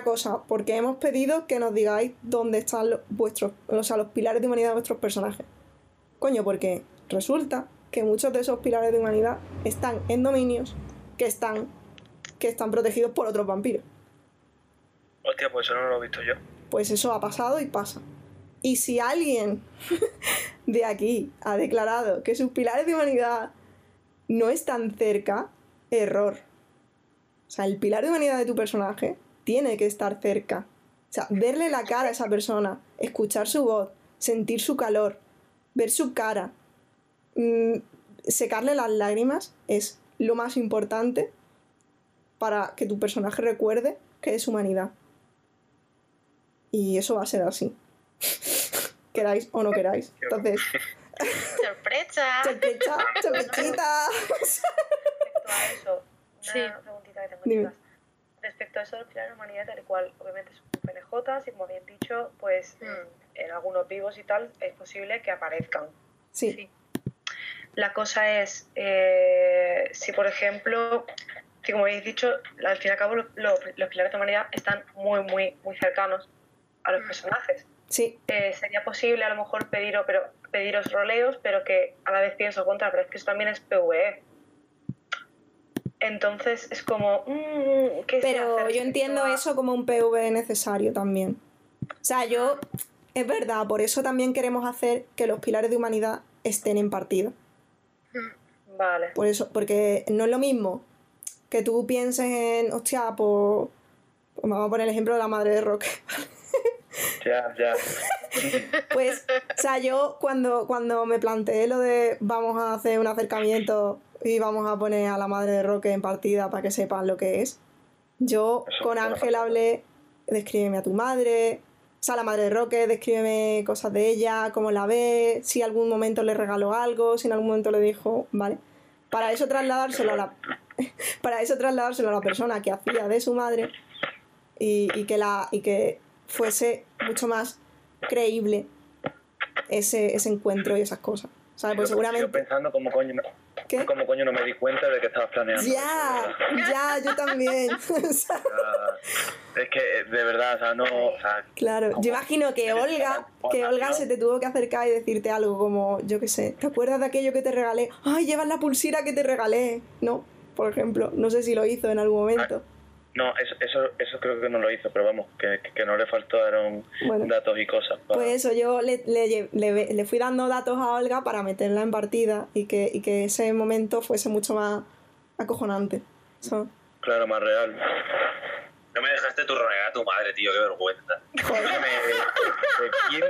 otra cosa, porque hemos pedido que nos digáis dónde están los pilares de humanidad de vuestros personajes. Coño, porque resulta que muchos de esos pilares de humanidad están en dominios que están protegidos por otros vampiros. Hostia, pues eso no lo he visto yo. Pues eso ha pasado y pasa. Y si alguien de aquí ha declarado que sus pilares de humanidad no están cerca, error. O sea, el pilar de humanidad de tu personaje tiene que estar cerca. O sea, verle la cara a esa persona, escuchar su voz, sentir su calor, ver su cara, secarle las lágrimas es lo más importante para que tu personaje recuerde que es humanidad. Y eso va a ser así. Queráis o no queráis. Entonces... ¡Sorpresa! ¡Sorpresa! ¡Sorpresita! Respecto a eso, una preguntita que tengo, Dime. chicas. Respecto a eso de los pilares de la humanidad, tal cual, obviamente son PNJs y como bien dicho, pues en algunos vivos y tal es posible que aparezcan. Sí. La cosa es, si por ejemplo, si como habéis dicho, al fin y al cabo los pilares de la humanidad están muy, muy, muy cercanos a los personajes. Sí. Sería posible a lo mejor pediros roleos, pero que a la vez pienso contra, pero es que eso también es PvE. Entonces es como... ¿qué se Pero hace yo entiendo eso como un PvE necesario también. O sea, es verdad, por eso también queremos hacer que los pilares de humanidad estén en partida. Vale. Por eso, porque no es lo mismo que tú pienses en, hostia, pues vamos a poner el ejemplo de la madre de Roque. Ya. Pues, o sea, yo cuando me planteé lo de vamos a hacer un acercamiento y vamos a poner a la madre de Roque en partida para que sepan lo que es, yo con Ángel hablé, descríbeme a tu madre, o sea, la madre de Roque, descríbeme cosas de ella, cómo la ve, si algún momento le regaló algo, si en algún momento le dijo, ¿vale? Para eso trasladárselo a la persona que hacía de su madre y que fuese mucho más creíble ese encuentro y esas cosas, ¿sabes? Pues seguramente... Sigo pensando cómo coño no me di cuenta de que estabas planeando. Ya, yo también. Es que, de verdad, o sea, no... O sea, claro, yo imagino que Olga se te tuvo que acercar y decirte algo como, yo qué sé, ¿te acuerdas de aquello que te regalé? ¡Ay, llevas la pulsera que te regalé! ¿No? Por ejemplo, no sé si lo hizo en algún momento. No, eso creo que no lo hizo, pero vamos, que no le faltaron datos y cosas. Pues eso, yo le fui dando datos a Olga para meterla en partida y que ese momento fuese mucho más acojonante. Claro, más real. No me dejaste tu regalar a tu madre, tío, qué vergüenza. Joder. ¿De quién?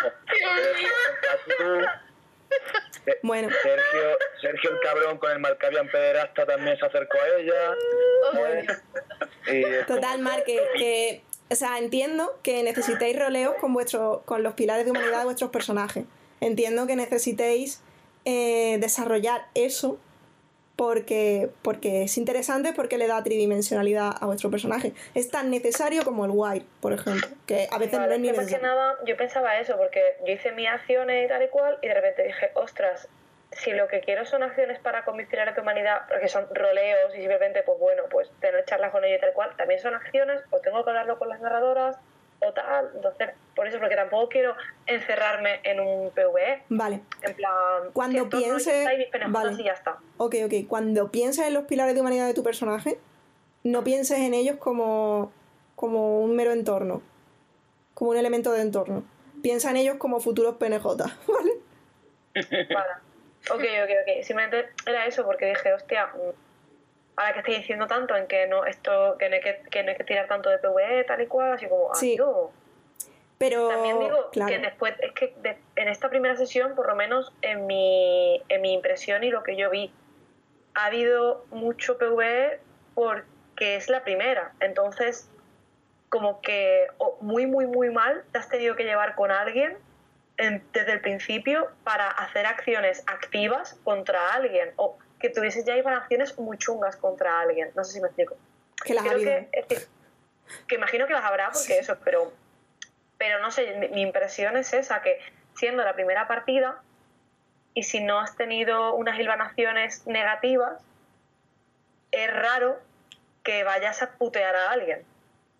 Vamos. Bueno. Sergio el cabrón con el Malkavian pederasta también se acercó a ella. Total, Mar, que o sea, entiendo que necesitéis roleos con los pilares de humanidad de vuestros personajes. Entiendo que necesitéis desarrollar eso porque es interesante, porque le da tridimensionalidad a vuestro personaje. Es tan necesario como el Wire, por ejemplo, que a veces no es ni necesario. Más que nada, yo pensaba eso, porque yo hice mis acciones y tal y cual, y de repente dije, ostras, si lo que quiero son acciones para con mis pilares de humanidad, porque son roleos y simplemente, pues bueno, pues tener charlas con ellos y tal y cual, también son acciones, o tengo que hablarlo con las narradoras, o tal. Entonces, por eso, porque tampoco quiero encerrarme en un PvE. Vale. En plan, cuando pienses... Vale. Y ya está. Ok. Cuando pienses en los pilares de humanidad de tu personaje, no pienses en ellos como un mero entorno, como un elemento de entorno. Piensa en ellos como futuros PNJ, ¿vale? Vale. Ok. Simplemente era eso, porque dije, hostia, ahora que estoy diciendo tanto en que no hay que tirar tanto de PvE, tal y cual, así como, sí. Pero también digo claro, que después, es que en esta primera sesión, por lo menos en mi impresión y lo que yo vi, ha habido mucho PvE porque es la primera. Entonces, como que muy, muy, muy mal te has tenido que llevar con alguien desde el principio para hacer acciones activas contra alguien, o que tuvieses ya iban acciones muy chungas contra alguien. No sé si me explico. Que las ha habido. Que imagino que las habrá, porque sí. Eso, pero no sé, mi impresión es esa, que siendo la primera partida y si no has tenido unas hilvanaciones negativas, es raro que vayas a putear a alguien.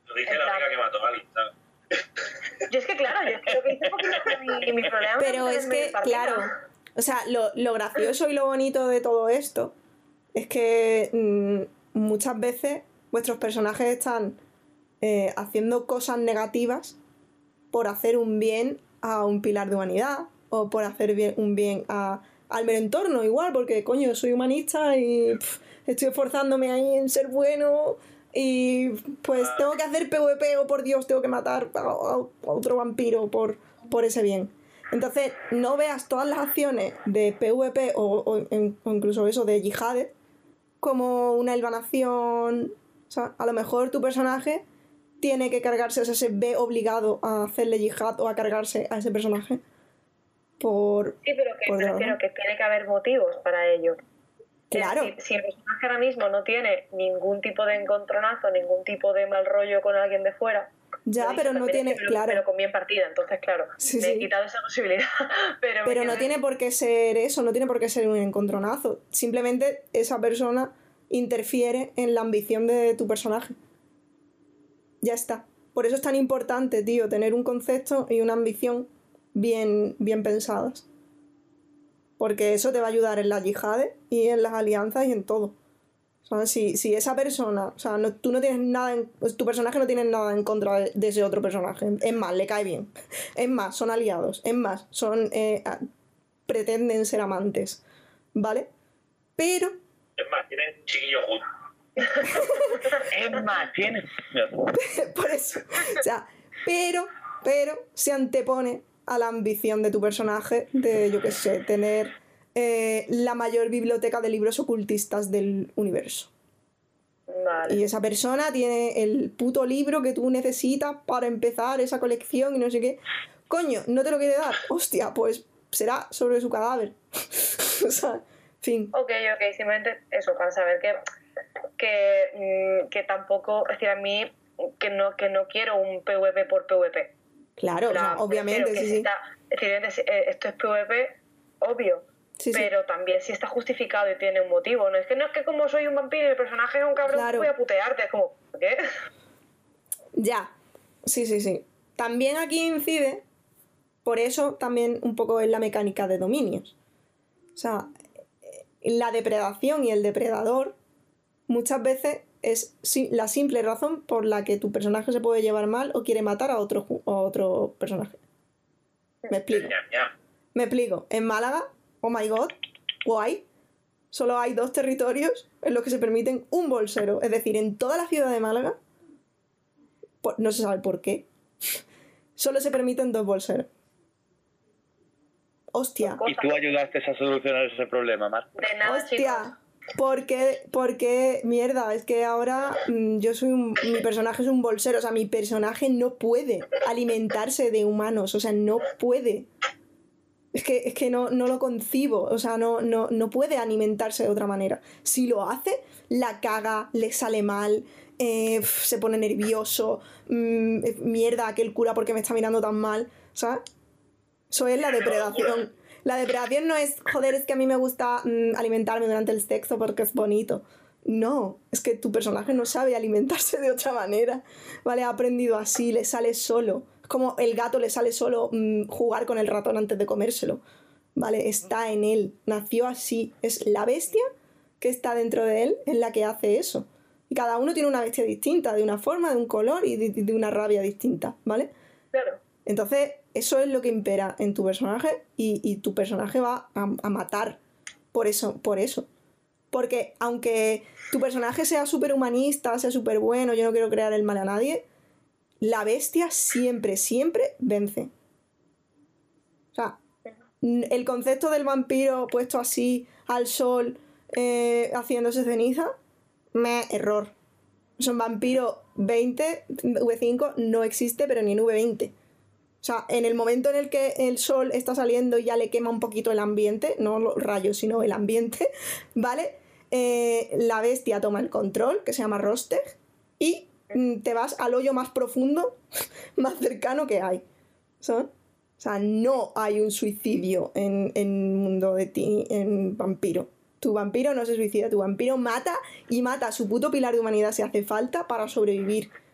Lo dice la amiga que mató a alguien, ¿sabes? Yo es que, claro, yo creo que hice poquito mi problema. Pero es que, claro, o sea, lo gracioso y lo bonito de todo esto es que muchas veces vuestros personajes están haciendo cosas negativas por hacer un bien a un pilar de humanidad o por hacer un bien al medio entorno, igual, porque coño, soy humanista y estoy esforzándome ahí en ser bueno y pues tengo que hacer PvP o por Dios tengo que matar a otro vampiro por ese bien. Entonces no veas todas las acciones de PvP o incluso eso de yihades como una hilvanación. O sea, a lo mejor tu personaje tiene que cargarse, o sea, se ve obligado a hacerle yihad o a cargarse a ese personaje por... Sí, pero que me refiero que tiene que haber motivos para ello. Claro. Si el personaje ahora mismo no tiene ningún tipo de encontronazo, ningún tipo de mal rollo con alguien de fuera... Ya, pero no tiene... Claro. Pero con bien partida, entonces, claro, sí, me he quitado esa posibilidad. Pero no tiene por qué ser eso, no tiene por qué ser un encontronazo. Simplemente esa persona interfiere en la ambición de tu personaje. Ya está. Por eso es tan importante, tío, tener un concepto y una ambición bien pensadas. Porque eso te va a ayudar en las yihades y en las alianzas y en todo. O sea, si esa persona... O sea, tú no tienes nada... tu personaje no tiene nada en contra de ese otro personaje. Es más, le cae bien. Es más, son aliados. Es más, pretenden ser amantes. ¿Vale? Pero... Es más, tienen chiquillos juntos. Es más, tienes... Por eso. O sea, pero se antepone a la ambición de tu personaje de, yo qué sé, tener la mayor biblioteca de libros ocultistas del universo. Vale. Y esa persona tiene el puto libro que tú necesitas para empezar esa colección y no sé qué. Coño, ¿no te lo quiere dar? Hostia, pues será sobre su cadáver. O sea, fin. Ok, simplemente eso, para saber que tampoco, es decir, a mí que no quiero un PvP por PvP. Claro, o sea, obviamente, sí. Esto es PvP, obvio, sí, pero también si está justificado y tiene un motivo. No es que como soy un vampiro y el personaje es un cabrón, claro. Voy a putearte, es como, ¿qué? Ya, sí. También aquí incide, por eso también un poco en la mecánica de dominios. O sea, la depredación y el depredador muchas veces es la simple razón por la que tu personaje se puede llevar mal o quiere matar a otro personaje. Me explico. En Málaga, oh my god, guay, solo hay 2 territorios en los que se permiten un bolsero. Es decir, en toda la ciudad de Málaga, no se sabe por qué, solo se permiten 2 bolseros. Hostia. ¿Y tú ayudaste a solucionar ese problema, Mar? De nada, hostia. Porque, mierda, es que ahora mi personaje es un bolsero, o sea, mi personaje no puede alimentarse de humanos, o sea, no puede. Es que no lo concibo, o sea, no puede alimentarse de otra manera. Si lo hace, la caga, le sale mal, se pone nervioso, mierda, aquel cura, ¿por qué me está mirando tan mal? ¿Sabes? Eso es la depredación. La depredación no es, joder, es que a mí me gusta alimentarme durante el sexo porque es bonito. No, es que tu personaje no sabe alimentarse de otra manera, ¿vale? Ha aprendido así, le sale solo. Es como el gato le sale solo jugar con el ratón antes de comérselo, ¿vale? Está en él, nació así. Es la bestia que está dentro de él, es la que hace eso. Y cada uno tiene una bestia distinta, de una forma, de un color y de una rabia distinta, ¿vale? Claro. Entonces, eso es lo que impera en tu personaje y tu personaje va a matar por eso. Porque aunque tu personaje sea súper humanista, sea súper bueno, yo no quiero crear el mal a nadie, la bestia siempre vence. O sea, el concepto del vampiro puesto así al sol, haciéndose ceniza, error. Son vampiro 20, V5 no existe, pero ni en V20. O sea, en el momento en el que el sol está saliendo y ya le quema un poquito el ambiente, no los rayos, sino el ambiente, ¿vale? La bestia toma el control, que se llama Rosteg, y te vas al hoyo más profundo, más cercano que hay. ¿Sabes? O sea, no hay un suicidio en mundo de ti, en vampiro. Tu vampiro no se suicida, tu vampiro mata y mata a su puto pilar de humanidad si hace falta para sobrevivir.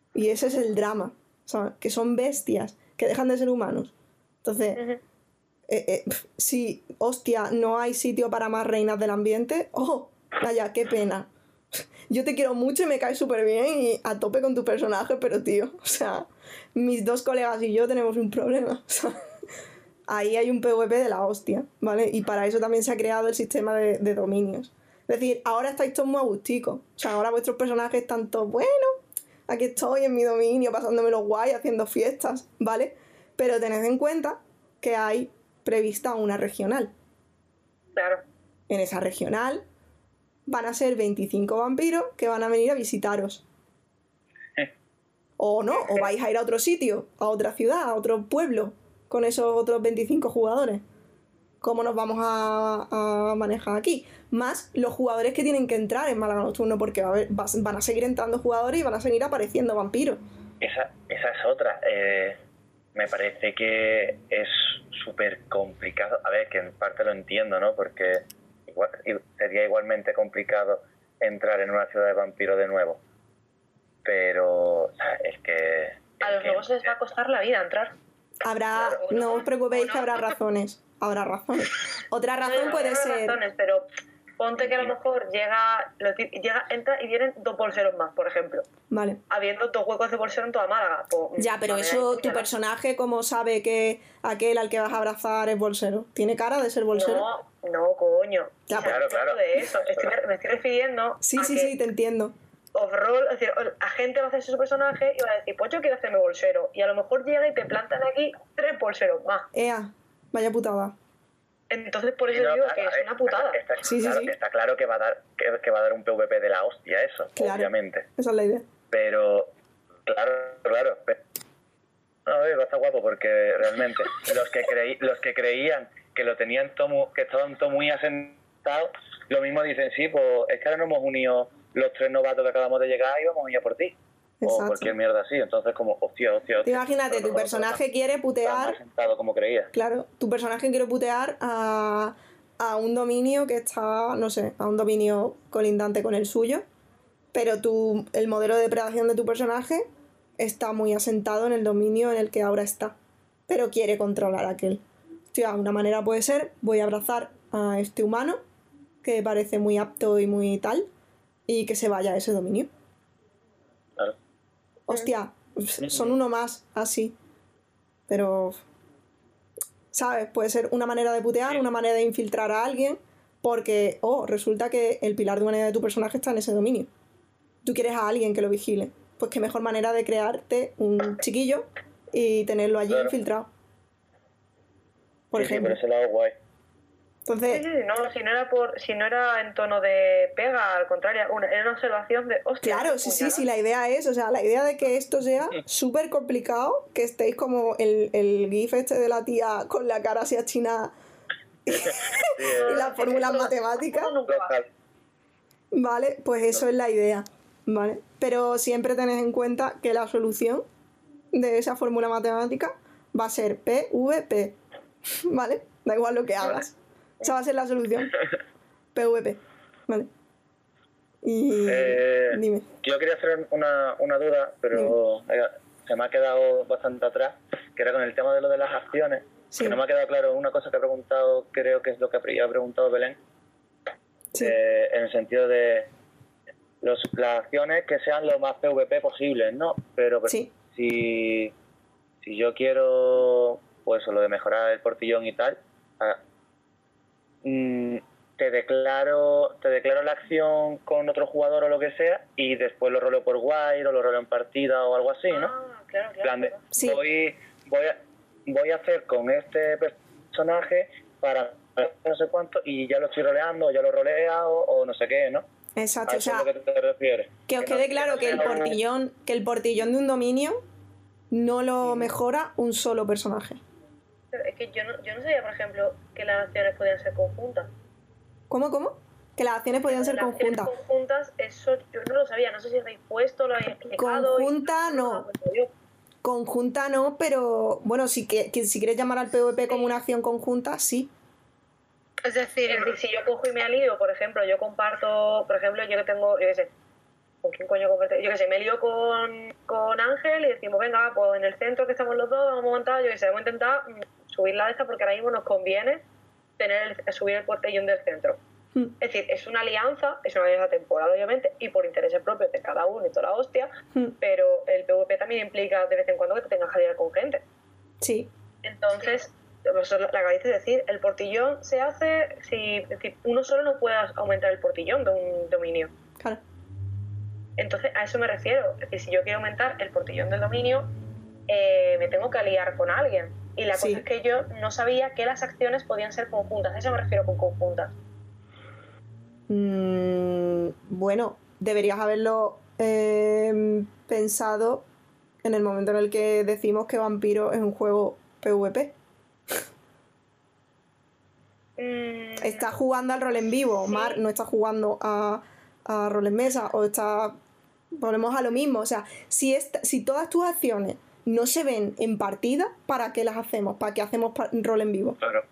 Y ese es el drama, ¿sabes? Que son bestias, que dejan de ser humanos. Entonces, si, hostia, no hay sitio para más reinas del ambiente, ¡oh! Vaya, qué pena. Yo te quiero mucho y me caes súper bien y a tope con tu personaje, pero tío, o sea, mis 2 colegas y yo tenemos un problema. O sea, ahí hay un PvP de la hostia, ¿vale? Y para eso también se ha creado el sistema de dominios. Es decir, ahora estáis todos muy agusticos. O sea, ahora vuestros personajes están todos, bueno, aquí estoy en mi dominio, pasándomelo guay, haciendo fiestas, ¿vale? Pero tened en cuenta que hay prevista una regional. Claro. En esa regional van a ser 25 vampiros que van a venir a visitaros. O no, o vais a ir a otro sitio, a otra ciudad, a otro pueblo, con esos otros 25 jugadores. ¿Cómo nos vamos a manejar aquí? Más los jugadores que tienen que entrar en Málaga Nocturno, porque van a seguir entrando jugadores y van a seguir apareciendo vampiros. Esa es otra. Me parece que es súper complicado. A ver, que en parte lo entiendo, ¿no? Porque sería igualmente complicado entrar en una ciudad de vampiros de nuevo. Pero, o sea, es que... A los nuevos les va a costar la vida entrar. Habrá, no os preocupéis que habrá razones. Habrá razones. Otra razón puede ser... Razones, pero ponte que a lo mejor llega, entra y vienen 2 bolseros más, por ejemplo. Vale. Habiendo 2 huecos de bolsero en toda Málaga. Pues, Ya, pero eso, tu personaje, ¿cómo sabe que aquel al que vas a abrazar es bolsero? ¿Tiene cara de ser bolsero? No, coño. Ya, claro. De eso. Me estoy refiriendo Sí, a sí, que sí, te entiendo. off-roll, es decir, la gente va a hacerse su personaje y va a decir, pues yo quiero hacerme bolsero. Y a lo mejor llega y te plantan aquí 3 bolseros más. Ea, vaya putada. Entonces por eso digo que es una putada. Sí. Está claro que va a dar un PvP de la hostia eso, Claro, obviamente. esa es la idea. Pero, claro. No, va a estar guapo porque realmente los que creían que lo tenían todo, que estaban todo muy asentados, lo mismo dicen, sí, pues es que ahora nos hemos unido los 3 novatos que acabamos de llegar y vamos a ir a por ti. Exacto. O cualquier mierda así. Entonces, como, hostia. Imagínate, tu personaje quiere putear... Asentado como creía. Claro, tu personaje quiere putear a un dominio que está, no sé, a un dominio colindante con el suyo, pero el modelo de depredación de tu personaje está muy asentado en el dominio en el que ahora está, pero quiere controlar aquel. Hostia, una manera puede ser, voy a abrazar a este humano, que parece muy apto y muy tal, y que se vaya a ese dominio. Claro. Hostia, son uno más, así. Pero, ¿sabes? Puede ser una manera de putear, una manera de infiltrar a alguien, porque, resulta que el pilar de humanidad de tu personaje está en ese dominio. Tú quieres a alguien que lo vigile. Pues qué mejor manera de crearte un chiquillo y tenerlo allí infiltrado. Por ejemplo. Sí, por ese lado guay. Entonces, Sí, si no era en tono de pega, al contrario, era una observación de hostia. claro, sí, la idea es, o sea, la idea de que esto sea súper complicado, que estéis como el gif este de la tía con la cara así achinada y las fórmulas matemáticas, ¿vale? Pues eso es la idea, ¿vale? Pero siempre tened en cuenta que la solución de esa fórmula matemática va a ser PVP, ¿vale? Da igual lo que hagas. Esa va a ser la solución. PvP. Vale. Y dime. Yo quería hacer una duda, pero se me ha quedado bastante atrás, que era con el tema de lo de las acciones. Sí. Que no me ha quedado claro una cosa que ha preguntado, creo que es lo que ha preguntado Belén. Sí. En el sentido de las acciones que sean lo más PvP posible, ¿no? Pero Sí. si yo quiero, pues lo de mejorar el portillón y tal, te declaro la acción con otro jugador o lo que sea y después lo roleo por wire o lo roleo en partida o algo así, ¿no? Claro. Plan de, Sí. voy a hacer con este personaje para no sé cuánto y ya lo estoy roleando o ya lo rolea o no sé qué, ¿no? Exacto, ¿A o eso sea, es lo que te refieres? que os quede claro que el portillón de un dominio no lo mejora un solo personaje. Pero es que yo no sabía, por ejemplo, que las acciones podían ser conjuntas. ¿Cómo? Que las acciones podían ser Las acciones conjuntas. conjuntas, eso yo no lo sabía. No sé si lo habéis puesto, lo habéis explicado. Conjunta no. Conjunta no, pero bueno, si quieres llamar al PvP como una acción conjunta, sí. Es decir, si yo cojo y me alío, por ejemplo, yo comparto, por ejemplo, yo que tengo, yo qué sé, ¿Con quién coño compartir? Yo qué sé, me lío con Ángel y decimos, venga, pues en el centro que estamos los dos, vamos a montar, yo qué sé, vamos a intentar subir la de esta porque ahora mismo nos conviene subir el portellón del centro. Es decir, es una alianza temporal, obviamente, y por intereses propios de cada uno y toda la hostia, pero el PvP también implica de vez en cuando que te tengas que liar con gente. Sí. Entonces, vosotros la acabáis de decir, el portillón se hace si uno solo no puede aumentar el portillón de un dominio. Claro. Entonces, a eso me refiero. Es decir, si yo quiero aumentar el portillón del dominio, me tengo que aliar con alguien. Y la cosa es que yo no sabía que las acciones podían ser conjuntas. A eso me refiero con conjuntas. Bueno, deberías haberlo pensado en el momento en el que decimos que Vampiro es un juego PvP. Estás jugando al rol en vivo, sí. Mar no está jugando a rol en mesa, o está... Volvemos a lo mismo, o sea, si todas tus acciones no se ven en partida, ¿para qué las hacemos? ¿Para qué hacemos rol en vivo? Claro.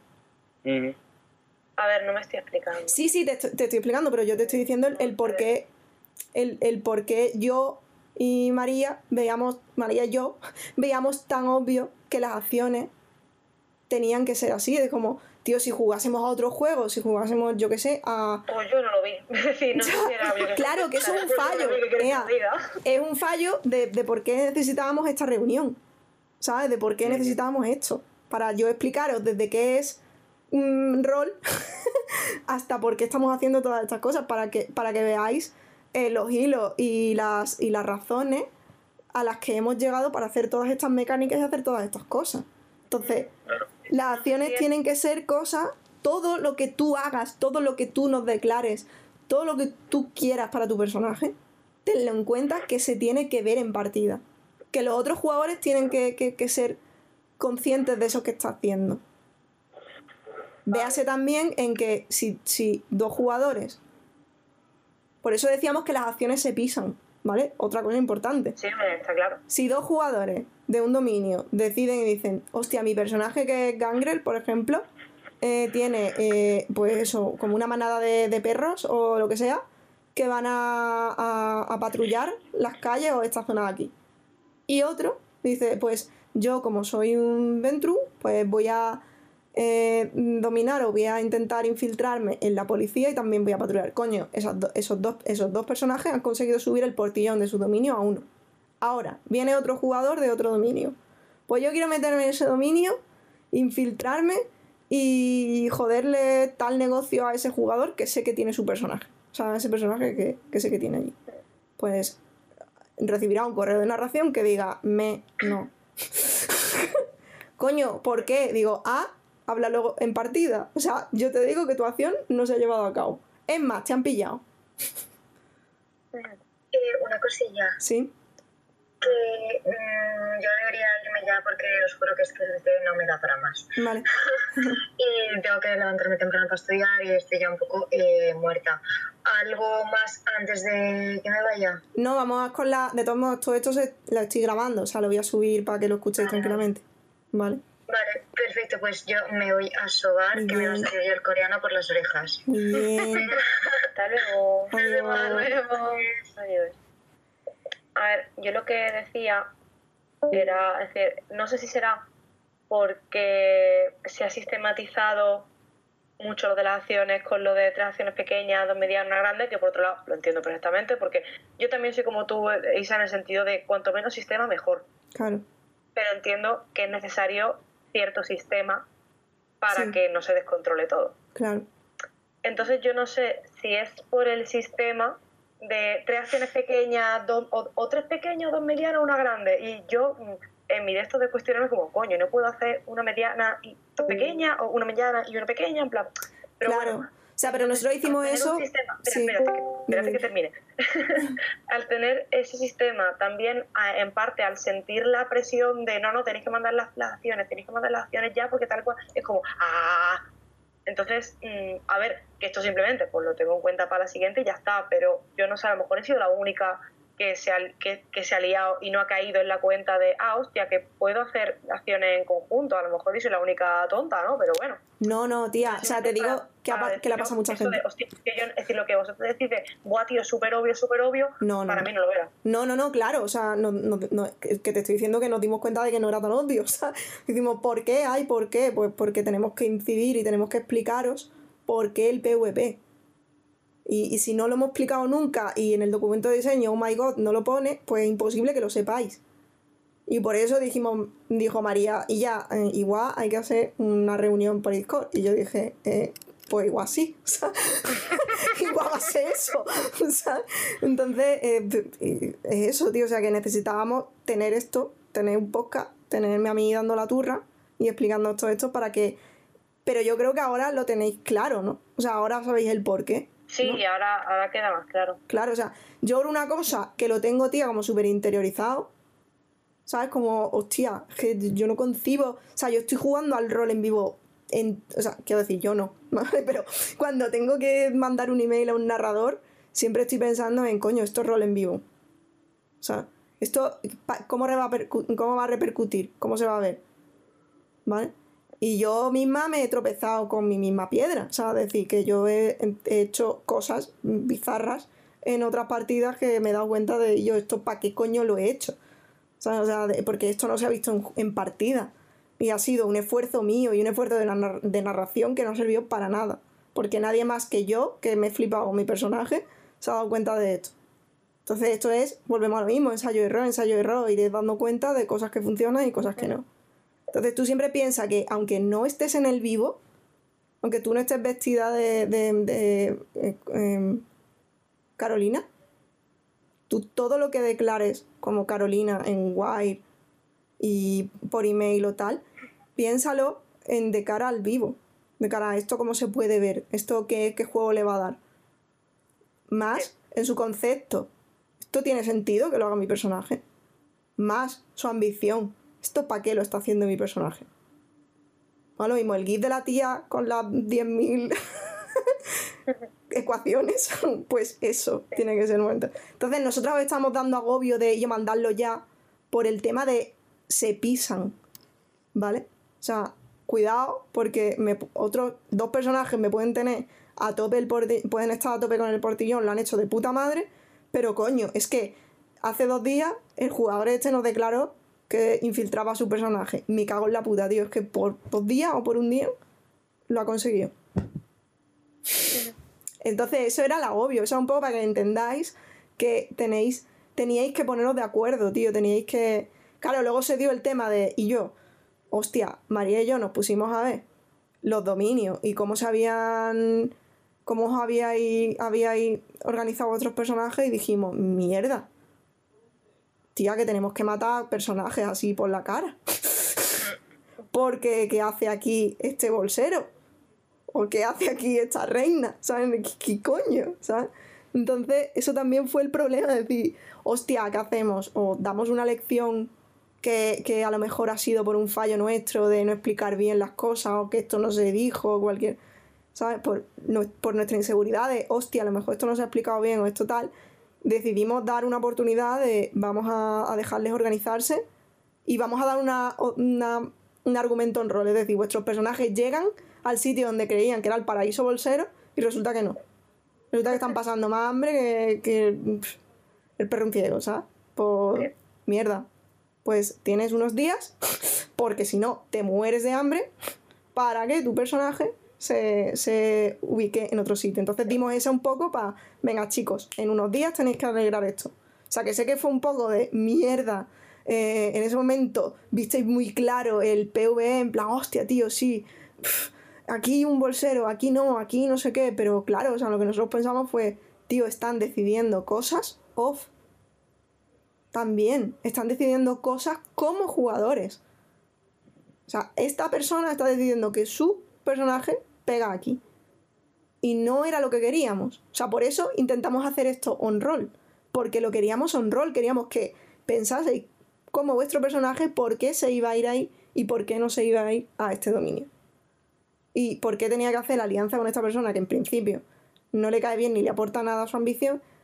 A ver, no me estoy explicando. Sí, te estoy explicando, pero yo te estoy diciendo el por qué yo y María y yo veíamos tan obvio que las acciones tenían que ser así, de como, tío, si jugásemos a otros juegos, si jugásemos, yo qué sé, a... Pues yo no lo vi. Sí, no sé si era obvio. Claro, que eso es un fallo. Es un fallo de por qué necesitábamos esta reunión, ¿sabes? De por qué necesitábamos esto. Para yo explicaros desde qué es rol hasta por qué estamos haciendo todas estas cosas, para que veáis los hilos y las razones a las que hemos llegado para hacer todas estas mecánicas y hacer todas estas cosas. Entonces, las acciones tienen que ser cosas, todo lo que tú hagas, todo lo que tú nos declares, todo lo que tú quieras para tu personaje, tenlo en cuenta que se tiene que ver en partida. Que los otros jugadores tienen que ser conscientes de eso que está haciendo. Véase también en que si dos jugadores... Por eso decíamos que las acciones se pisan, ¿vale? Otra cosa importante. Sí, está claro. Si dos jugadores de un dominio deciden y dicen, hostia, mi personaje que es Gangrel, por ejemplo, tiene, pues eso, como una manada de perros o lo que sea, que van a patrullar las calles o esta zona de aquí. Y otro dice, pues yo como soy un Ventru, pues voy a dominar o voy a intentar infiltrarme en la policía y también voy a patrullar. Coño, esos dos personajes han conseguido subir el portillón de su dominio a 1. Ahora, viene otro jugador de otro dominio. Pues yo quiero meterme en ese dominio, infiltrarme y joderle tal negocio a ese jugador que sé que tiene su personaje. O sea, ese personaje que sé que tiene allí. Pues recibirá un correo de narración que diga, no. Coño, ¿por qué? Digo, habla luego en partida. O sea, yo te digo que tu acción no se ha llevado a cabo. Es más, te han pillado. Una cosilla. Sí. Que yo debería irme ya porque os juro que es que no me da para más. Vale. Y tengo que levantarme temprano para estudiar y estoy ya un poco muerta. ¿Algo más antes de que me vaya? No, vamos con la... De todos modos, todo esto lo estoy grabando. O sea, lo voy a subir para que lo escuchéis tranquilamente. Vale. Vale, perfecto, pues yo me voy a sobar, que me va a salir el coreano por las orejas. Muy bien. Hasta luego. Adiós. Adiós. A ver, yo lo que decía era, es decir, no sé si será porque se ha sistematizado mucho lo de las acciones con lo de 3 acciones pequeñas, 2 medianas, una grande, que por otro lado lo entiendo perfectamente, porque yo también soy como tú, Isa, en el sentido de cuanto menos sistema, mejor. Claro. Pero entiendo que es necesario cierto sistema para que no se descontrole todo. Claro. Entonces yo no sé si es por el sistema de 3 acciones pequeñas, o 3 pequeñas, 2 medianas, una grande. Y yo, en mi de estos de cuestionarme como, coño, no puedo hacer una mediana y pequeña, o una mediana y una pequeña, en plan... Pero claro. Bueno, o sea, pero nosotros hicimos eso... Espérate que termine. Al tener ese sistema, también en parte al sentir la presión de no, tenéis que mandar las acciones, ya porque tal cual, es como, Entonces, a ver, que esto simplemente pues lo tengo en cuenta para la siguiente y ya está, pero yo no sé, a lo mejor he sido la única que se ha liado y no ha caído en la cuenta de, hostia, que puedo hacer acciones en conjunto. A lo mejor yo soy la única tonta, ¿no? Pero bueno. No, tía, o sea, te digo que le pasa a mucha gente. Hostia, es decir, lo que vosotros decís de, buah, tío, súper obvio, para mí no lo era. No, claro, o sea, que te estoy diciendo que nos dimos cuenta de que no era tan obvio, o sea, decimos, ¿por qué? ¿Por qué? Pues porque tenemos que incidir y tenemos que explicaros por qué el PvP. Y si no lo hemos explicado nunca y en el documento de diseño, oh my god, no lo pone, pues es imposible que lo sepáis. Y por eso dijo María, y ya, igual hay que hacer una reunión por Discord. Y yo dije, pues igual sí, o sea, igual va a ser eso, o sea, entonces es eso, tío, o sea, que necesitábamos tener esto, tener un podcast, tenerme a mí dando la turra y explicando todo esto para que... Pero yo creo que ahora lo tenéis claro, ¿no? O sea, ahora sabéis el porqué. Sí, ¿no? y ahora queda más claro. Claro, o sea, yo por una cosa que lo tengo, tía, como súper interiorizado, ¿sabes? Como, hostia, que yo no concibo... O sea, yo estoy jugando al rol en vivo, o sea, quiero decir, yo no, ¿vale? Pero cuando tengo que mandar un email a un narrador, siempre estoy pensando en, coño, esto es rol en vivo. O sea, esto, ¿cómo va a repercutir? ¿Cómo se va a ver? ¿Vale? Y yo misma me he tropezado con mi misma piedra, o sea, es decir, que yo he hecho cosas bizarras en otras partidas que me he dado cuenta de, yo, ¿esto para qué coño lo he hecho? O sea, porque esto no se ha visto en partida. Y ha sido un esfuerzo mío y un esfuerzo de narración que no ha servido para nada. Porque nadie más que yo, que me he flipado con mi personaje, se ha dado cuenta de esto. Entonces esto es, volvemos a lo mismo, ensayo y error, iré dando cuenta de cosas que funcionan y cosas que no. Entonces tú siempre piensas que aunque no estés en el vivo, aunque tú no estés vestida de Carolina, tú todo lo que declares como Carolina en Wire y por email o tal, piénsalo de cara al vivo, de cara a esto cómo se puede ver, esto qué juego le va a dar. Más en su concepto, esto tiene sentido que lo haga mi personaje. Más su ambición, esto para qué lo está haciendo mi personaje. Bueno, lo mismo, el GIF de la tía con las 10.000 ecuaciones, pues eso tiene que ser el momento. Entonces nosotros estamos dando agobio de yo mandarlo ya por el tema de se pisan, ¿vale? O sea, cuidado porque otros dos personajes me pueden tener a tope pueden estar a tope con el portillón, lo han hecho de puta madre, pero coño, es que hace 2 días el jugador este nos declaró que infiltraba a su personaje. Me cago en la puta, tío, es que por 2 días o por un día lo ha conseguido. Entonces eso era el agobio, eso era un poco para que entendáis que teníais que poneros de acuerdo, tío, teníais que... Claro, luego se dio el tema de... Y yo, hostia, María y yo nos pusimos a ver los dominios y cómo os habíais organizado vuestros personajes y dijimos, mierda, tía, que tenemos que matar personajes así por la cara. Porque ¿qué hace aquí este bolsero? ¿O qué hace aquí esta reina? ¿Saben? ¿Qué coño? ¿Sabes? Entonces, eso también fue el problema de decir, hostia, ¿qué hacemos? O damos una lección que a lo mejor ha sido por un fallo nuestro de no explicar bien las cosas, o que esto no se dijo, o cualquier... ¿Sabes? Por nuestra inseguridad de, hostia, a lo mejor esto no se ha explicado bien, o esto tal... Decidimos dar una oportunidad de vamos a dejarles organizarse y vamos a dar un argumento en rol, es decir, vuestros personajes llegan al sitio donde creían que era el paraíso bolsero y resulta que no. Resulta que están pasando más hambre que el perro un ciego, ¿sabes? Pues mierda. Pues tienes unos días, porque si no te mueres de hambre, para que tu personaje se ubique en otro sitio. Entonces dimos eso un poco para, venga chicos, en unos días tenéis que arreglar esto. O sea, que sé que fue un poco de mierda. En ese momento visteis muy claro el PvE, en plan, hostia, tío, sí, aquí un bolsero, aquí no sé qué, pero claro, o sea, lo que nosotros pensamos fue, tío, están decidiendo cosas off. También están decidiendo cosas como jugadores. O sea, esta persona está decidiendo que su personaje pega aquí. Y no era lo que queríamos. O sea, por eso intentamos hacer esto on-roll. Porque lo queríamos on-roll. Queríamos que pensaseis como vuestro personaje por qué se iba a ir ahí y por qué no se iba a ir a este dominio. Y por qué tenía que hacer la alianza con esta persona que en principio no le cae bien ni le aporta nada a su ambición.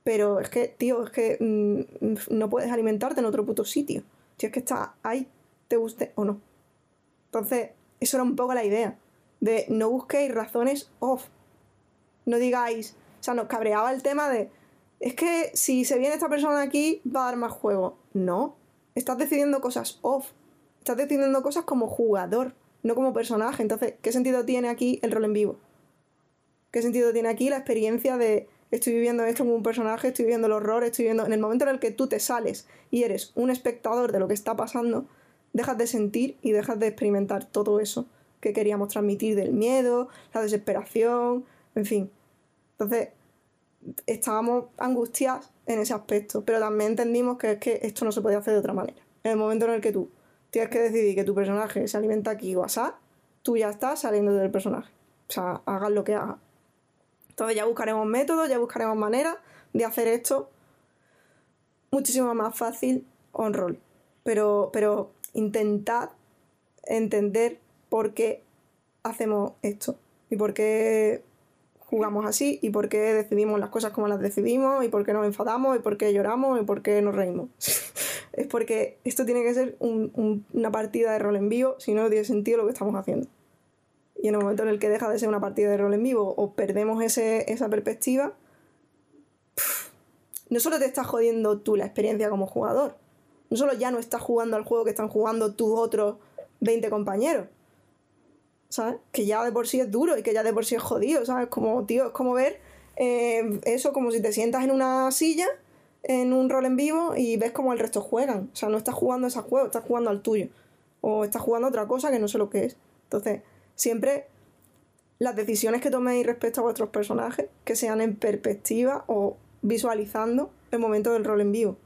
Pero es que, tío, no puedes alimentarte en otro puto sitio. Tío, es que está ahí, te guste o no. Entonces, eso era un poco la idea. De no busquéis razones off. No digáis... O sea, nos cabreaba el tema de... Es que si se viene esta persona aquí, va a dar más juego. No. Estás decidiendo cosas off. Estás decidiendo cosas como jugador, no como personaje. Entonces, ¿qué sentido tiene aquí el rol en vivo? ¿Qué sentido tiene aquí la experiencia de... Estoy viviendo esto como un personaje, estoy viviendo el horror, estoy viviendo... En el momento en el que tú te sales y eres un espectador de lo que está pasando, dejas de sentir y dejas de experimentar todo eso que queríamos transmitir del miedo, la desesperación, en fin. Entonces, estábamos angustiados en ese aspecto, pero también entendimos que es que esto no se podía hacer de otra manera. En el momento en el que tú tienes que decidir que tu personaje se alimenta aquí o asá, tú ya estás saliendo del personaje. O sea, hagas lo que hagas. Entonces ya buscaremos métodos, ya buscaremos maneras de hacer esto muchísimo más fácil on-roll. Pero intentad entender por qué hacemos esto y por qué jugamos así y por qué decidimos las cosas como las decidimos y por qué nos enfadamos y por qué lloramos y por qué nos reímos. Es porque esto tiene que ser una partida de rol en vivo, si no tiene sentido lo que estamos haciendo. Y en el momento en el que deja de ser una partida de rol en vivo o perdemos esa perspectiva, no solo te estás jodiendo tú la experiencia como jugador, no solo ya no estás jugando al juego que están jugando tus otros 20 compañeros, ¿sabes? Que ya de por sí es duro y que ya de por sí es jodido, ¿sabes? Como, tío, es como ver eso, como si te sientas en una silla en un rol en vivo y ves como el resto juegan. O sea, no estás jugando a ese juego, estás jugando al tuyo. O estás jugando a otra cosa que no sé lo que es. Entonces, siempre las decisiones que toméis respecto a vuestros personajes, que sean en perspectiva o visualizando el momento del rol en vivo.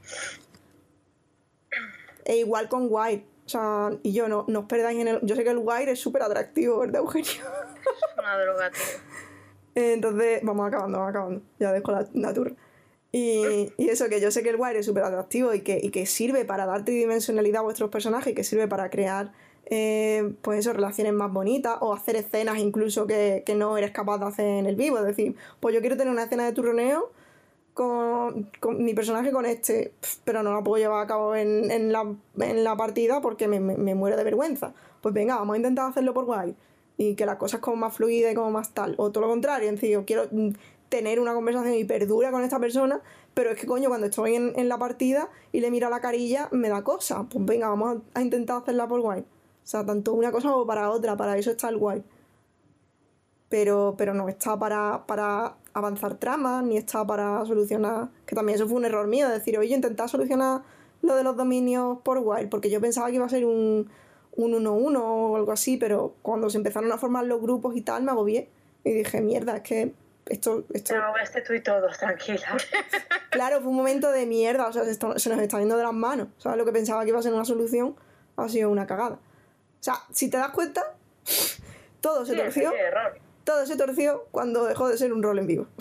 E igual con Wire. O sea, y yo no os perdáis en el... Yo sé que el Wire es súper atractivo, ¿verdad, Eugenio? Es una droga, tío. Entonces, vamos acabando. Ya dejo la turra. Y eso, que yo sé que el Wire es súper atractivo y que sirve para dar tridimensionalidad a vuestros personajes, que sirve para crear, pues eso, relaciones más bonitas o hacer escenas incluso que no eres capaz de hacer en el vivo. Es decir, pues yo quiero tener una escena de turroneo con mi personaje con este, pero no la puedo llevar a cabo en la partida porque me muero de vergüenza. Pues venga, vamos a intentar hacerlo por Wire y que las cosas como más fluidas y como más tal. O todo lo contrario, en decir, yo quiero tener una conversación hiperdura con esta persona, pero es que coño, cuando estoy en la partida y le miro la carilla, me da cosa. Pues venga, vamos a intentar hacerla por Wire. O sea, tanto una cosa como para otra, para eso está el Wire. Pero no está para avanzar tramas, ni está para solucionar... Que también eso fue un error mío, decir, oye, intentar solucionar lo de los dominios por Wire, porque yo pensaba que iba a ser un 1-1 o algo así, pero cuando se empezaron a formar los grupos y tal, me agobié. Y dije, mierda, es que esto... No, tú y todos, tranquila. Claro, fue un momento de mierda, o sea, se nos está yendo de las manos. O sea, lo que pensaba que iba a ser una solución ha sido una cagada. O sea, si te das cuenta, todo se torció. Todo se torció cuando dejó de ser un rol en vivo.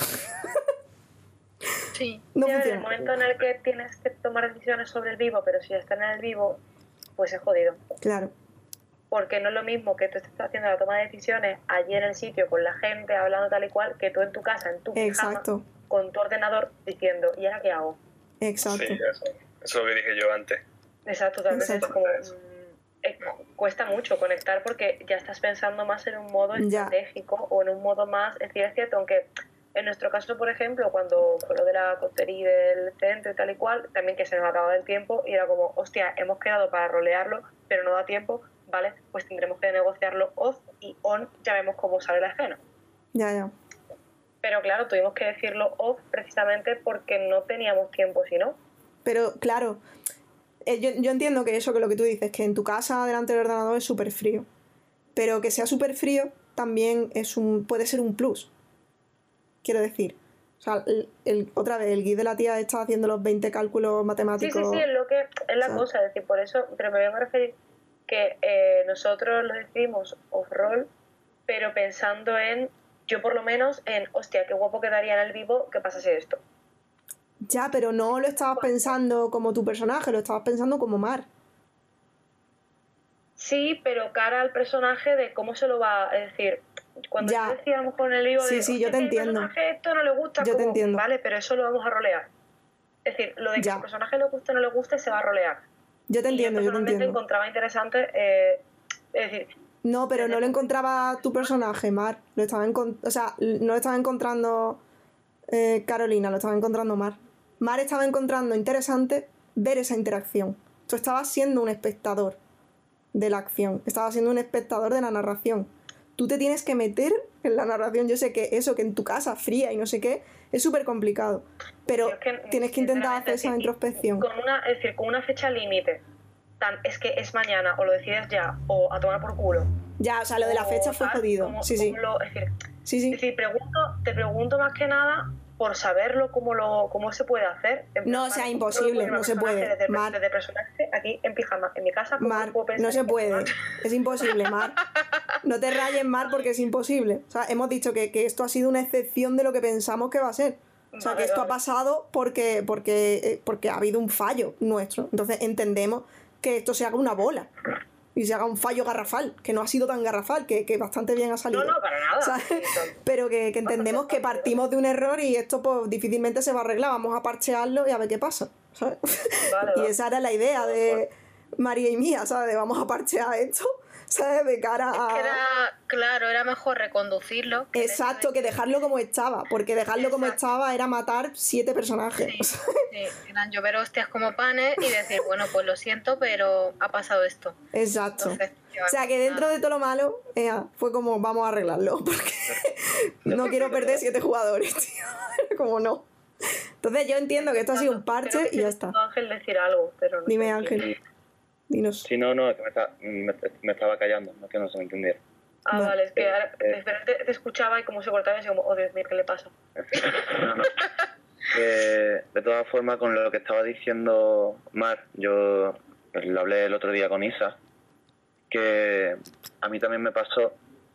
Sí. No en funciona. el momento en el que tienes que tomar decisiones sobre el vivo, pero si estás en el vivo, pues es jodido. Claro. Porque no es lo mismo que tú estés haciendo la toma de decisiones allí en el sitio con la gente hablando tal y cual, que tú en tu casa, en tu pijama, con tu ordenador diciendo, ¿y ahora qué hago? Exacto. Sí, eso es lo que dije yo antes. Exacto, totalmente. Es como, cuesta mucho conectar porque ya estás pensando más en un modo estratégico o en un modo más... Es decir, es cierto, aunque en nuestro caso, por ejemplo, cuando fue lo de la cotería del centro y tal y cual, también que se nos acababa el tiempo y era como, hostia, hemos quedado para rolearlo, pero no da tiempo, vale, pues tendremos que negociarlo off y on, ya vemos cómo sale la escena. Ya. Pero claro, tuvimos que decirlo off precisamente porque no teníamos tiempo, si no. Pero claro, yo entiendo que eso, que lo que tú dices, que en tu casa delante del ordenador es súper frío. Pero que sea súper frío también puede ser un plus. Quiero decir, o sea, otra vez, el guide de la tía está haciendo los 20 cálculos matemáticos. Sí, es la cosa, es decir, por eso, pero me voy a referir que nosotros lo decidimos off-roll, pero pensando yo por lo menos hostia, qué guapo quedaría en el vivo que pasase esto. Ya, pero no lo estabas pensando como tu personaje, lo estabas pensando como Mar. Sí, pero cara al personaje de cómo se lo va a decir. cuando Ya. yo decía a lo mejor en el libro Sí, sí, yo te "Este entiendo. personaje esto no le gusta", Yo te como, entiendo. vale, pero eso lo vamos a rolear. Es decir, lo de que Ya. su personaje le guste o no le guste se va a rolear. Yo te Y entiendo, yo te personalmente entiendo. encontraba interesante, es decir, No, pero desde no lo el punto encontraba tu personaje, Mar. Lo estaba o sea, no lo estaba encontrando Carolina, lo estaba encontrando Mar. Mar estaba encontrando interesante ver esa interacción. Tú estabas siendo un espectador de la acción, estabas siendo un espectador de la narración. Tú te tienes que meter en la narración. Yo sé que eso, que en tu casa fría y no sé qué, es súper complicado. Pero es que, tienes que intentar hacer esa sinceramente, introspección. es decir, con una fecha límite, es que es mañana, o lo decides ya, o a tomar por culo. Ya, o sea, lo de la o fecha fue tal, jodido. como- Sí, sí. como lo- es decir, Sí, Es sí. decir, te pregunto más que nada por saberlo, cómo se puede hacer. En plan, No, o vale, sea, ¿cómo imposible, puedo poner no un se personaje puede, Mar. Desde personaje aquí en pijama, en mi casa, ¿cómo Mar, lo puedo pensar no se en puede. personaje? Es imposible, Mar. No te rayes, Mar, porque es imposible. O sea, hemos dicho que esto ha sido una excepción de lo que pensamos que va a ser. O sea, Vale, que esto ha vale. pasado porque ha habido un fallo nuestro. Entonces entendemos que esto se haga una bola y se haga un fallo garrafal, que no ha sido tan garrafal, que bastante bien ha salido. No, para nada. ¿Sabes? Sí, son- Pero que entendemos que partimos de un error y esto pues difícilmente se va a arreglar. Vamos a parchearlo y a ver qué pasa. ¿Sabes? Vale, Y vale. esa era la idea de María y mía, ¿sabes? De vamos a parchear esto, ¿sabes? De cara a... Que era mejor reconducirlo. que el hecho Exacto, de que dejarlo como estaba, porque dejarlo como Exacto. estaba era matar 7 personajes. Sí, eran llover hostias como panes y decir, bueno, pues lo siento, pero ha pasado esto. Exacto. Entonces, O sea, que dentro de todo lo malo, fue como, vamos a arreglarlo, porque no quiero perder 7 jugadores, tío. Como no. Entonces yo entiendo que esto ha sido un Creo parche que y ya he está. visto a Ángel decir algo, pero no Dime, sé Ángel. quién. Dinos. Sí, no, es que me estaba callando, no es que no se me entendiera. Ah, Vale. vale, es que ahora te escuchaba y como se cortaba y así como, oh Dios mío, ¿qué le pasa? No, no. De todas formas, con lo que estaba diciendo Mar, yo lo hablé el otro día con Isa, que a mí también me pasó,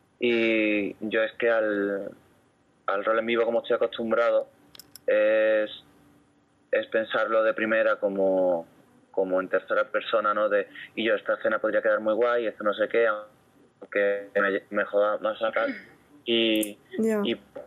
y yo es que al rol en vivo, como estoy acostumbrado, es pensarlo de primera como en tercera persona, ¿no? Y yo, esta escena podría quedar muy guay, esto no sé qué, aunque me joda más sacar, y Ya.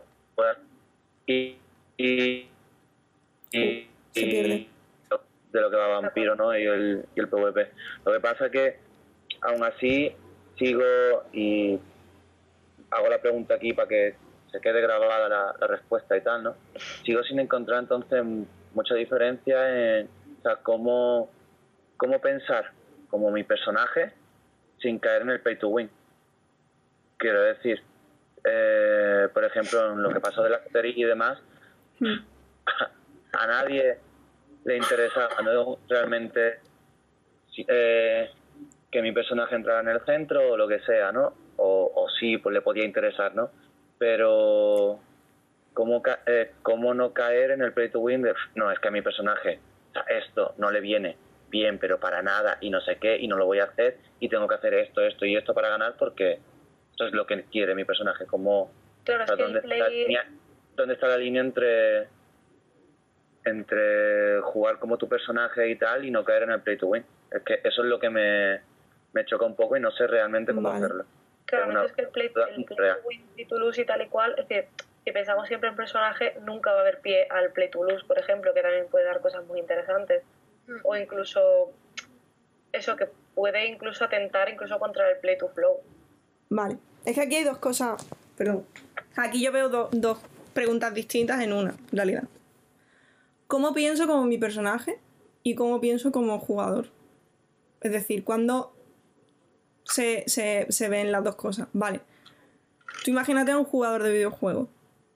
Se pierde. de lo que va Vampiro, ¿no? Y el PvP. Lo que pasa es que aún así sigo y hago la pregunta aquí para que se quede grabada la respuesta y tal, ¿no? Sigo sin encontrar entonces mucha diferencia en, o sea, cómo pensar como mi personaje sin caer en el pay to win. Quiero decir, por ejemplo, en lo que pasó de la serie y demás, a nadie le interesa, no realmente que mi personaje entrara en el centro o lo que sea, ¿no? O sí, pues le podía interesar, ¿no? Pero ¿cómo no caer en el play to win de, no, es que a mi personaje, o sea, esto no le viene bien, pero para nada, y no sé qué, y no lo voy a hacer, y tengo que hacer esto y esto para ganar porque esto es lo que quiere mi personaje? Como, Claro, o sea, es que el play... ¿dónde está la línea entre jugar como tu personaje y tal y no caer en el play to win? Es que eso es lo que me choca un poco y no sé realmente cómo Vale. hacerlo. Claramente es que el play real. to win, play to lose y tal y cual, es decir, si pensamos siempre en personaje, nunca va a haber pie al play to lose, por ejemplo, que también puede dar cosas muy interesantes. O incluso eso, que puede incluso atentar incluso contra el play to flow. Vale. Es que aquí hay dos cosas. Perdón. Aquí yo veo dos preguntas distintas en una, en realidad. ¿Cómo pienso como mi personaje y cómo pienso como jugador? Es decir, cuando se ven las dos cosas. Vale. Tú imagínate a un jugador de videojuego.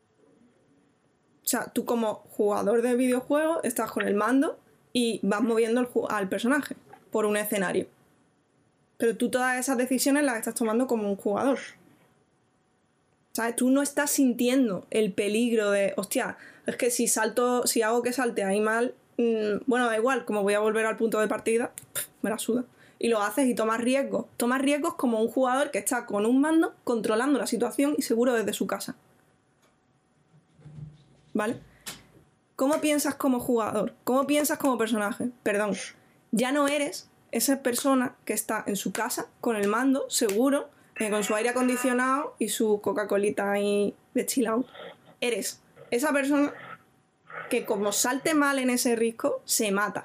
O sea, tú como jugador de videojuego estás con el mando y vas moviendo al personaje por un escenario. Pero tú todas esas decisiones las estás tomando como un jugador. ¿Sabes? Tú no estás sintiendo el peligro de, hostia, es que si hago que salte ahí mal, bueno, da igual, como voy a volver al punto de partida, me la suda. Y lo haces y tomas riesgos. Tomas riesgos como un jugador que está con un mando, controlando la situación y seguro desde su casa. ¿Vale? ¿Cómo piensas como jugador? ¿Cómo piensas como personaje? Perdón. Ya no eres esa persona que está en su casa, con el mando, seguro, con su aire acondicionado y su Coca-Colita ahí de chill out. Eres esa persona que como salte mal en ese risco, se mata.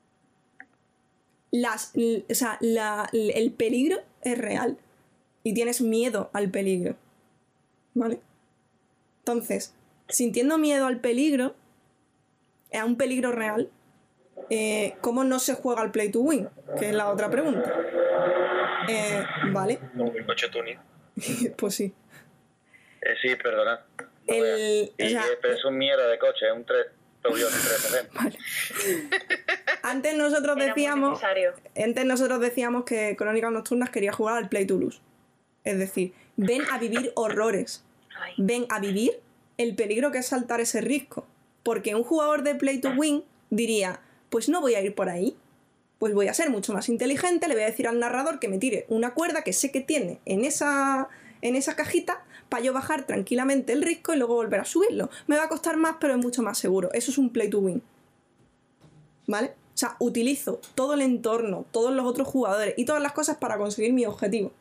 El peligro es real y tienes miedo al peligro, ¿vale? Entonces, sintiendo miedo al peligro, a un peligro real, ¿cómo no se juega al play to win? Que es la otra pregunta. ¿Vale? Un coche tuning. Pues sí. Sí, perdona. No pero es un mierda de coche, es un 360. Vale. Antes nosotros decíamos que Crónicas Nocturnas quería jugar al play to lose. Es decir, ven a vivir horrores. Ay. Ven a vivir el peligro que es saltar ese risco. Porque un jugador de play to win diría, pues no voy a ir por ahí. Pues voy a ser mucho más inteligente, le voy a decir al narrador que me tire una cuerda que sé que tiene en esa cajita para yo bajar tranquilamente el risco y luego volver a subirlo. Me va a costar más, pero es mucho más seguro. Eso es un play to win. ¿Vale? O sea, utilizo todo el entorno, todos los otros jugadores y todas las cosas para conseguir mi objetivo.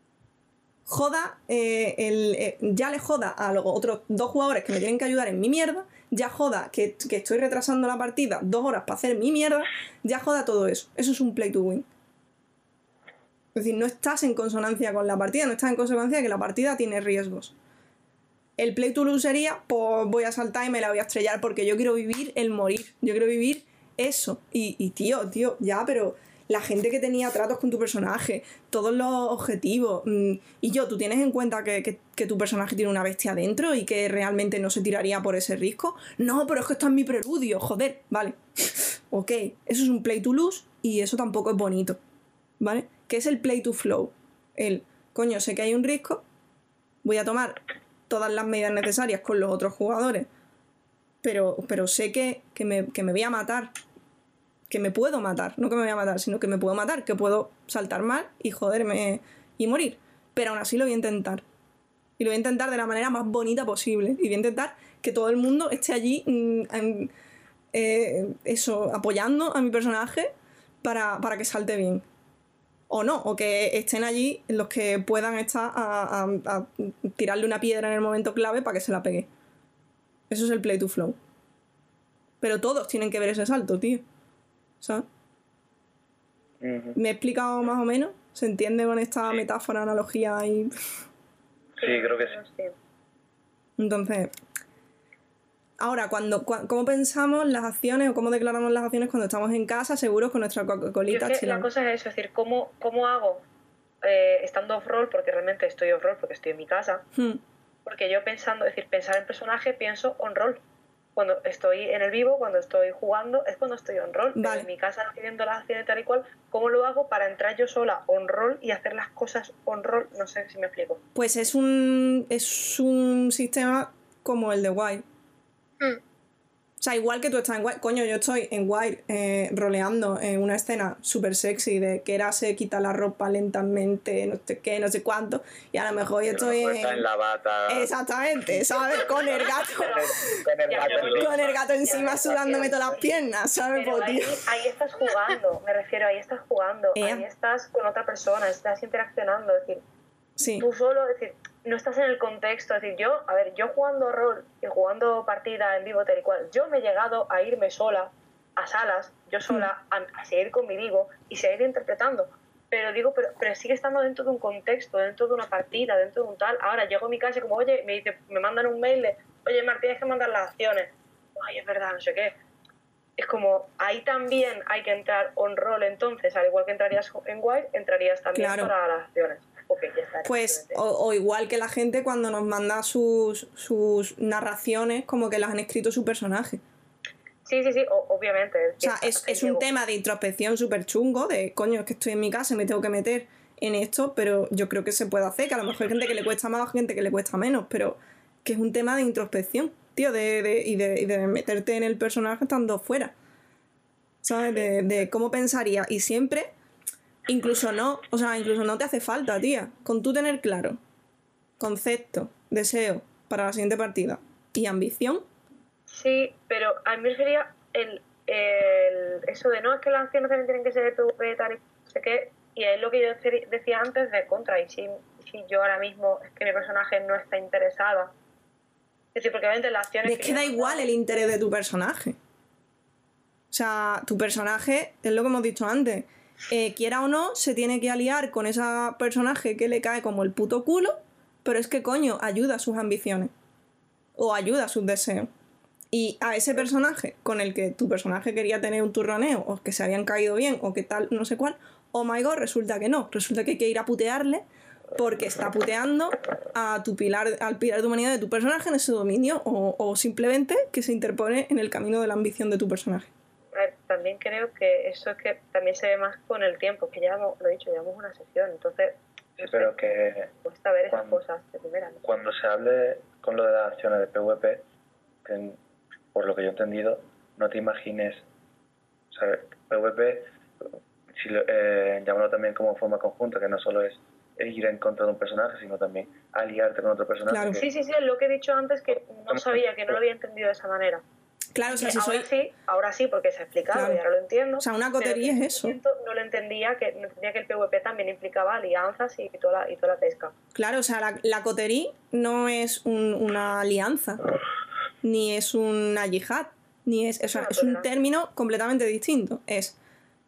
Ya le joda a los otros 2 jugadores que me tienen que ayudar en mi mierda, ya joda que estoy retrasando la partida 2 horas para hacer mi mierda, ya joda todo eso. Eso es un play to win. Es decir, no estás en consonancia con la partida, no estás en consonancia de que la partida tiene riesgos. El play to lose sería, pues voy a saltar y me la voy a estrellar porque yo quiero vivir el morir, yo quiero vivir eso. Y tío, ya, pero la gente que tenía tratos con tu personaje, todos los objetivos, y tú tienes en cuenta que tu personaje tiene una bestia dentro y que realmente no se tiraría por ese risco. No, pero es que está en mi preludio, joder, vale. Ok, eso es un play to lose y eso tampoco es bonito, ¿vale? ¿Qué es el play to flow? Coño, sé que hay un risco, voy a tomar todas las medidas necesarias con los otros jugadores, pero sé que me voy a matar. Que me puedo matar, no que me voy a matar, sino que me puedo matar, que puedo saltar mal y joderme y morir. Pero aún así lo voy a intentar. Y lo voy a intentar de la manera más bonita posible. Y voy a intentar que todo el mundo esté allí, apoyando a mi personaje para que salte bien. O no, o que estén allí los que puedan estar a tirarle una piedra en el momento clave para que se la pegue. Eso es el play to flow. Pero todos tienen que ver ese salto, tío. ¿Sabes? ¿Me he explicado más o menos? ¿Se entiende con esta metáfora, analogía y...? Sí, creo que sí. Entonces, ahora, ¿cómo pensamos las acciones o cómo declaramos las acciones cuando estamos en casa, seguros con nuestra Coca-Colita? La cosa es eso, es decir, ¿cómo hago estando off-roll? Porque realmente estoy off-roll porque estoy en mi casa. Porque yo pensar en personaje, pienso on-roll. Cuando estoy en el vivo, cuando estoy jugando, es cuando estoy on-roll. Vale. Pero en mi casa, haciendo las acciones tal y cual, ¿cómo lo hago para entrar yo sola on-roll y hacer las cosas on-roll? No sé si me explico. Pues es un sistema como el de Wild. O sea, igual que tú estás en Wild. Coño, yo estoy en Wild roleando en una escena súper sexy de que Era se quita la ropa lentamente, no sé qué, no sé cuánto. Y a lo mejor yo estoy en la bata. Exactamente, ¿sabes? Con el gato. Con el gato encima sudándome todas las piernas, ¿sabes? Pero ahí estás jugando, me refiero, ahí estás jugando. Ahí estás con otra persona, estás interaccionando, es decir, sí. Tú solo, es decir, no estás en el contexto, es decir, yo jugando rol y jugando partida en vivo tal y cual, yo me he llegado a irme sola a salas, yo sola, a seguir con mi digo y seguir interpretando, pero sigue estando dentro de un contexto, dentro de una partida, dentro de un tal. Ahora llego a mi casa y como, oye, me mandan un mail de, oye, Mar, tienes que mandar las acciones, ay, es verdad, no sé qué. Es como, ahí también hay que entrar on roll, entonces, al igual que entrarías en Wild, entrarías también para las acciones. Okay, ya está, pues, o igual que la gente cuando nos manda sus narraciones, como que las han escrito su personaje. Sí, obviamente. O sea, es un tema de introspección súper chungo, de coño, es que estoy en mi casa y me tengo que meter en esto, pero yo creo que se puede hacer, que a lo mejor hay gente que le cuesta más, gente que le cuesta menos, pero que es un tema de introspección, tío, de meterte en el personaje estando fuera, ¿sabes? De cómo pensaría, y siempre... Incluso no te hace falta, tía. Con tú tener claro concepto, deseo para la siguiente partida y ambición. Sí, pero a mí me refería eso de no, es que las acciones también tienen que ser de PvP, tal y no sé qué, y es lo que yo decía antes de contra, y si si yo ahora mismo es que mi personaje no está interesada. Es decir, porque obviamente las acciones... Es que da igual el interés de tu personaje. O sea, tu personaje, es lo que hemos dicho antes, quiera o no, se tiene que aliar con ese personaje que le cae como el puto culo, pero es que coño, ayuda a sus ambiciones. O ayuda a sus deseos. Y a ese personaje con el que tu personaje quería tener un turroneo, o que se habían caído bien, o que tal, no sé cuál, oh my god, resulta que no. Resulta que hay que ir a putearle porque está puteando a al pilar de humanidad de tu personaje en ese dominio, o simplemente que se interpone en el camino de la ambición de tu personaje. También creo que eso es que también se ve más con el tiempo, que ya lo he dicho, llevamos una sesión, entonces Sí, pero que cuesta ver esas cosas de primera, ¿no? cuando se hable con lo de las acciones de PvP, que, por lo que yo he entendido, no te imagines, o sea, PvP, si llámalo también como forma conjunta, que no solo es ir en contra de un personaje, sino también aliarte con otro personaje. Claro. Que, Sí, lo que he dicho antes, que no sabía, que no lo había entendido de esa manera. Claro, o sea, si soy... Ahora sí, porque se ha explicado, Claro. y ahora lo entiendo. O sea, una cotería es eso. No lo entendía, que el PvP también implicaba alianzas y toda la pesca. Claro, o sea, la cotería no es una alianza, ni es una yihad, ni es... O sea, es un término completamente distinto. Es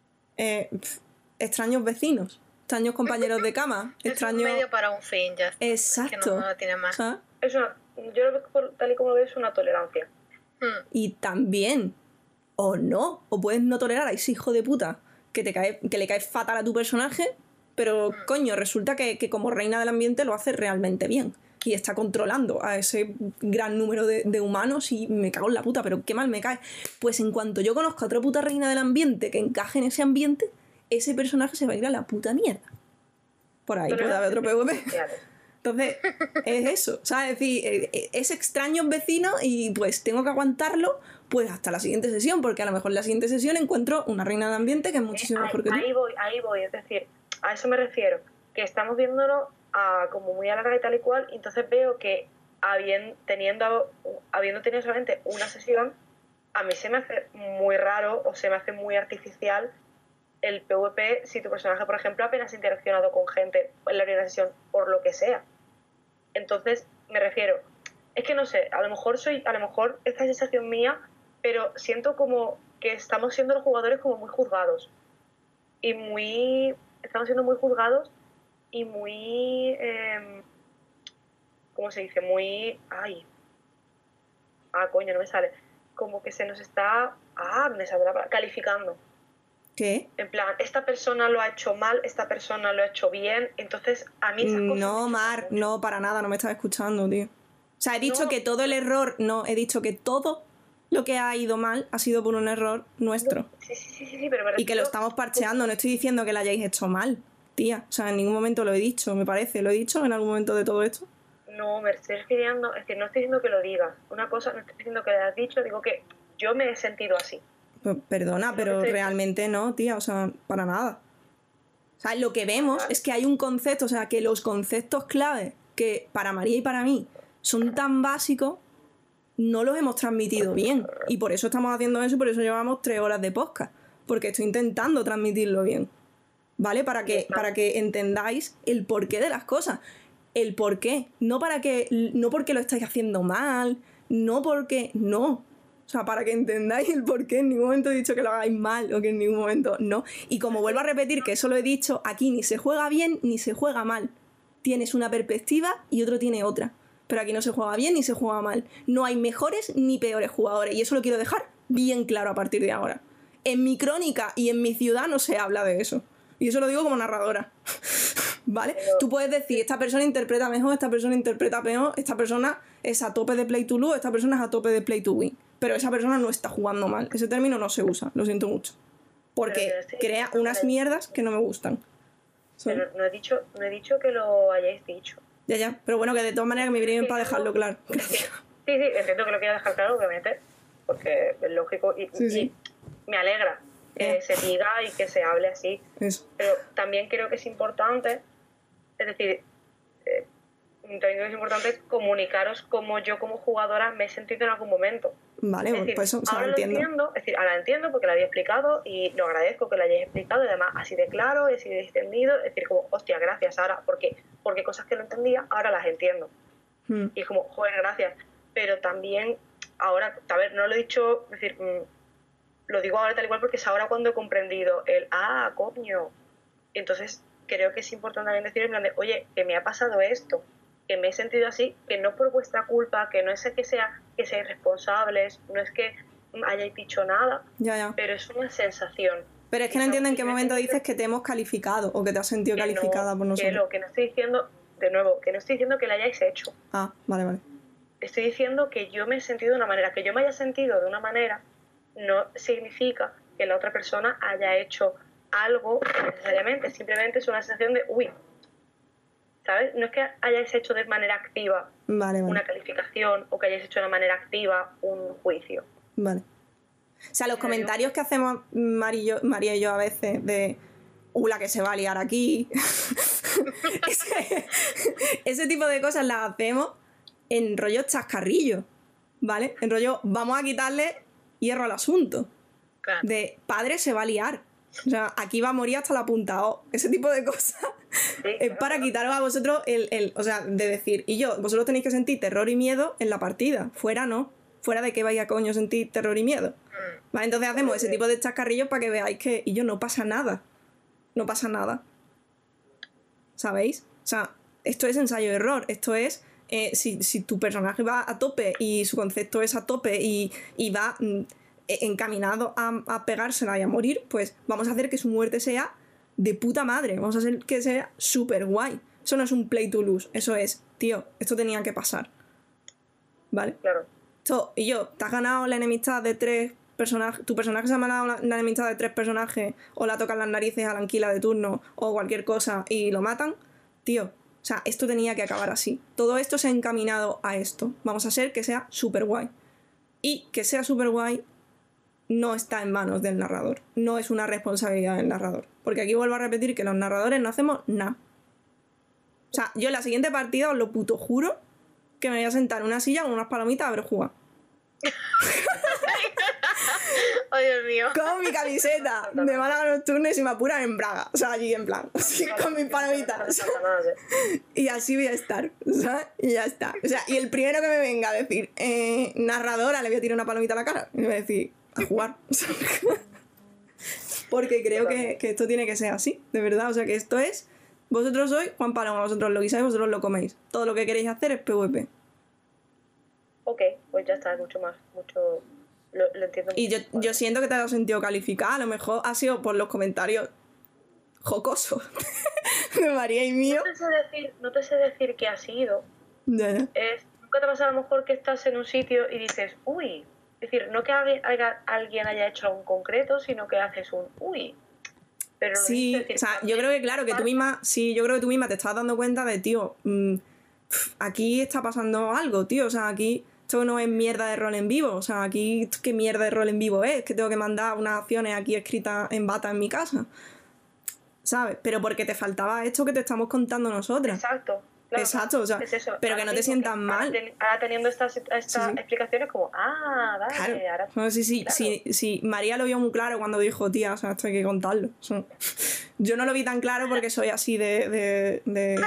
extraños vecinos, extraños compañeros de cama, extraños... Es un medio para un fin, ya está. Exacto. Es que no tiene más. ¿Sabes? Yo lo veo, tal y como lo veo, es una tolerancia. Y también, o no, o puedes no tolerar a ese hijo de puta que le cae fatal a tu personaje, pero coño, resulta que como reina del ambiente lo hace realmente bien y está controlando a ese gran número de humanos y me cago en la puta, pero qué mal me cae. Pues en cuanto yo conozca a otra puta reina del ambiente que encaje en ese ambiente, ese personaje se va a ir a la puta mierda. Por ahí puede haber otro PvP. Entonces, es eso, ¿sabes? Es decir, es extraño vecino y pues tengo que aguantarlo pues hasta la siguiente sesión, porque a lo mejor en la siguiente sesión encuentro una reina de ambiente que es muchísimo mejor que tú. Ahí voy, es decir, a eso me refiero, que estamos viéndolo como muy a larga y tal y cual, y entonces veo que habiendo tenido solamente una sesión, a mí se me hace muy raro o se me hace muy artificial el PvP si tu personaje, por ejemplo, apenas ha interaccionado con gente en la primera sesión, por lo que sea. Entonces, me refiero, es que no sé, a lo mejor esta es sensación mía, pero siento como que estamos siendo los jugadores como muy juzgados. Estamos siendo muy juzgados y muy... ¿cómo se dice? Muy... coño, no me sale. Como que se nos está... me sale la palabra. Calificando. ¿Qué? En plan, esta persona lo ha hecho mal, esta persona lo ha hecho bien, entonces a mí esas cosas... No, Mar, no, para nada, no me estás escuchando, tío. O sea, he dicho que todo el error... No, he dicho que todo lo que ha ido mal ha sido por un error nuestro. Sí, pero y que lo estamos parcheando, no estoy diciendo que lo hayáis hecho mal, tía. O sea, en ningún momento lo he dicho, me parece. ¿Lo he dicho en algún momento de todo esto? No, me estoy refiriendo... Es decir, no estoy diciendo que lo digas. Una cosa, no estoy diciendo que lo hayas dicho, digo que yo me he sentido así. Pues, perdona, pero realmente no, tía, o sea, para nada. O sea, lo que vemos es que hay un concepto, o sea, que los conceptos clave que para María y para mí son tan básicos, no los hemos transmitido bien. Y por eso estamos haciendo eso y por eso llevamos 3 horas de podcast. Porque estoy intentando transmitirlo bien. ¿Vale? Para que entendáis el porqué de las cosas. El porqué. No porque lo estáis haciendo mal, no porque... No. O sea, para que entendáis el por qué, en ningún momento he dicho que lo hagáis mal o que en ningún momento no. Y como vuelvo a repetir que eso lo he dicho, aquí ni se juega bien ni se juega mal. Tienes una perspectiva y otro tiene otra. Pero aquí no se juega bien ni se juega mal. No hay mejores ni peores jugadores. Y eso lo quiero dejar bien claro a partir de ahora. En mi crónica y en mi ciudad no se habla de eso. Y eso lo digo como narradora. ¿Vale? Tú puedes decir, esta persona interpreta mejor, esta persona interpreta peor, esta persona es a tope de play to lose, esta persona es a tope de play to win. Pero esa persona no está jugando mal. Ese término no se usa, lo siento mucho. Porque crea unas mierdas que no me gustan. Pero no he dicho que lo hayáis dicho. Ya. Pero bueno, que de todas maneras me vienen para dejarlo claro. Sí, entiendo que lo quiero dejar claro, obviamente, porque es lógico y me alegra que se diga y que se hable así. Eso. Pero también creo que es importante, es decir, también creo que es importante comunicaros cómo yo como jugadora me he sentido en algún momento. Vale, es decir, pues eso, ahora lo entiendo. Es decir, ahora lo entiendo porque lo había explicado y lo agradezco que lo hayáis explicado y además así de claro y así de extendido. Es decir, como, hostia, gracias, Sara, porque porque cosas que no entendía, ahora las entiendo. Mm. Y es como, joder, gracias. Pero también, ahora, a ver, no lo he dicho, es decir, lo digo ahora tal igual porque es ahora cuando he comprendido coño. Entonces, creo que es importante también decir en plan de, oye, que me ha pasado esto, que me he sentido así, que no por vuestra culpa, que no es que seáis responsables, no es que hayáis dicho nada, Ya. pero es una sensación. Pero es que no entiendo en qué momento dices que te hemos calificado o que te has sentido calificada por nosotros. Que no estoy diciendo, de nuevo, que no estoy diciendo que la hayáis hecho. Ah, vale. Estoy diciendo que yo me he sentido de una manera. Que yo me haya sentido de una manera no significa que la otra persona haya hecho algo necesariamente. Simplemente es una sensación de, uy, ¿sabes? No es que hayáis hecho de manera activa una calificación o que hayáis hecho de manera activa un juicio. Vale. O sea, los comentarios que hacemos María y yo a veces de la que se va a liar aquí ese tipo de cosas las hacemos en rollo chascarrillo, ¿vale? En rollo, vamos a quitarle hierro al asunto. Claro. De padre se va a liar. O sea, aquí va a morir hasta la punta O. Ese tipo de cosas es para quitaros a vosotros o sea, de decir, y yo, vosotros tenéis que sentir terror y miedo en la partida. Fuera no. Fuera de que vaya coño sentir terror y miedo. Vale, entonces hacemos ese tipo de chascarrillos para que veáis que, y yo, no pasa nada. No pasa nada. ¿Sabéis? O sea, esto es ensayo-error. Esto es, si tu personaje va a tope y su concepto es a tope y va encaminado a pegársela y a morir, pues vamos a hacer que su muerte sea de puta madre. Vamos a hacer que sea súper guay. Eso no es un play to lose. Eso es, tío, esto tenía que pasar. ¿Vale? Claro. Y yo, te has ganado la enemistad de 3 personajes, tu personaje se ha ganado la enemistad de 3 personajes, o la tocan las narices a la anquila de turno, o cualquier cosa, y lo matan, tío, o sea, esto tenía que acabar así. Todo esto se ha encaminado a esto. Vamos a hacer que sea súper guay. Y que sea súper guay no está en manos del narrador. No es una responsabilidad del narrador. Porque aquí vuelvo a repetir que los narradores no hacemos nada. O sea, yo en la siguiente partida os lo puto juro que me voy a sentar en una silla con unas palomitas a ver jugar. Oh, Dios mío. Con mi camiseta de Málaga Nocturna y si me apuran en Braga. O sea, allí en plan, así, con mis palomitas. Y así voy a estar, ¿sabes? Y ya está. O sea, y el primero que me venga a decir, narradora, le voy a tirar una palomita a la cara. Y me voy a decir, a jugar. Porque creo que esto tiene que ser así, de verdad. O sea, que esto es, vosotros sois Juan Paloma, vosotros lo guisáis, vosotros lo coméis. Todo lo que queréis hacer es PvP. Ok, pues ya está, mucho más, mucho... Lo entiendo. Y yo siento que te has sentido calificada. A lo mejor ha sido por los comentarios jocosos de María y mío. No te sé decir qué ha sido. Ya. Nunca te pasa a lo mejor que estás en un sitio y dices, uy. Es decir, no que alguien haya hecho algo en concreto, sino que haces un uy. Pero sí, decir, o sea, yo creo que claro, que tú misma, yo creo que tú misma te estás dando cuenta de, tío, aquí está pasando algo, tío. O sea, aquí esto no es mierda de rol en vivo. O sea, aquí, ¿qué mierda de rol en vivo es? Que tengo que mandar unas acciones aquí escritas en bata en mi casa. ¿Sabes? Pero porque te faltaba esto que te estamos contando nosotras. Exacto. Claro, exacto, o sea, es eso. pero ahora que no te sientas mal. Ahora teniendo estas explicaciones como, vale, claro. ahora... No, sí, claro. sí, María lo vio muy claro cuando dijo, tía, o sea, esto hay que contarlo. O sea, yo no lo vi tan claro porque soy así de...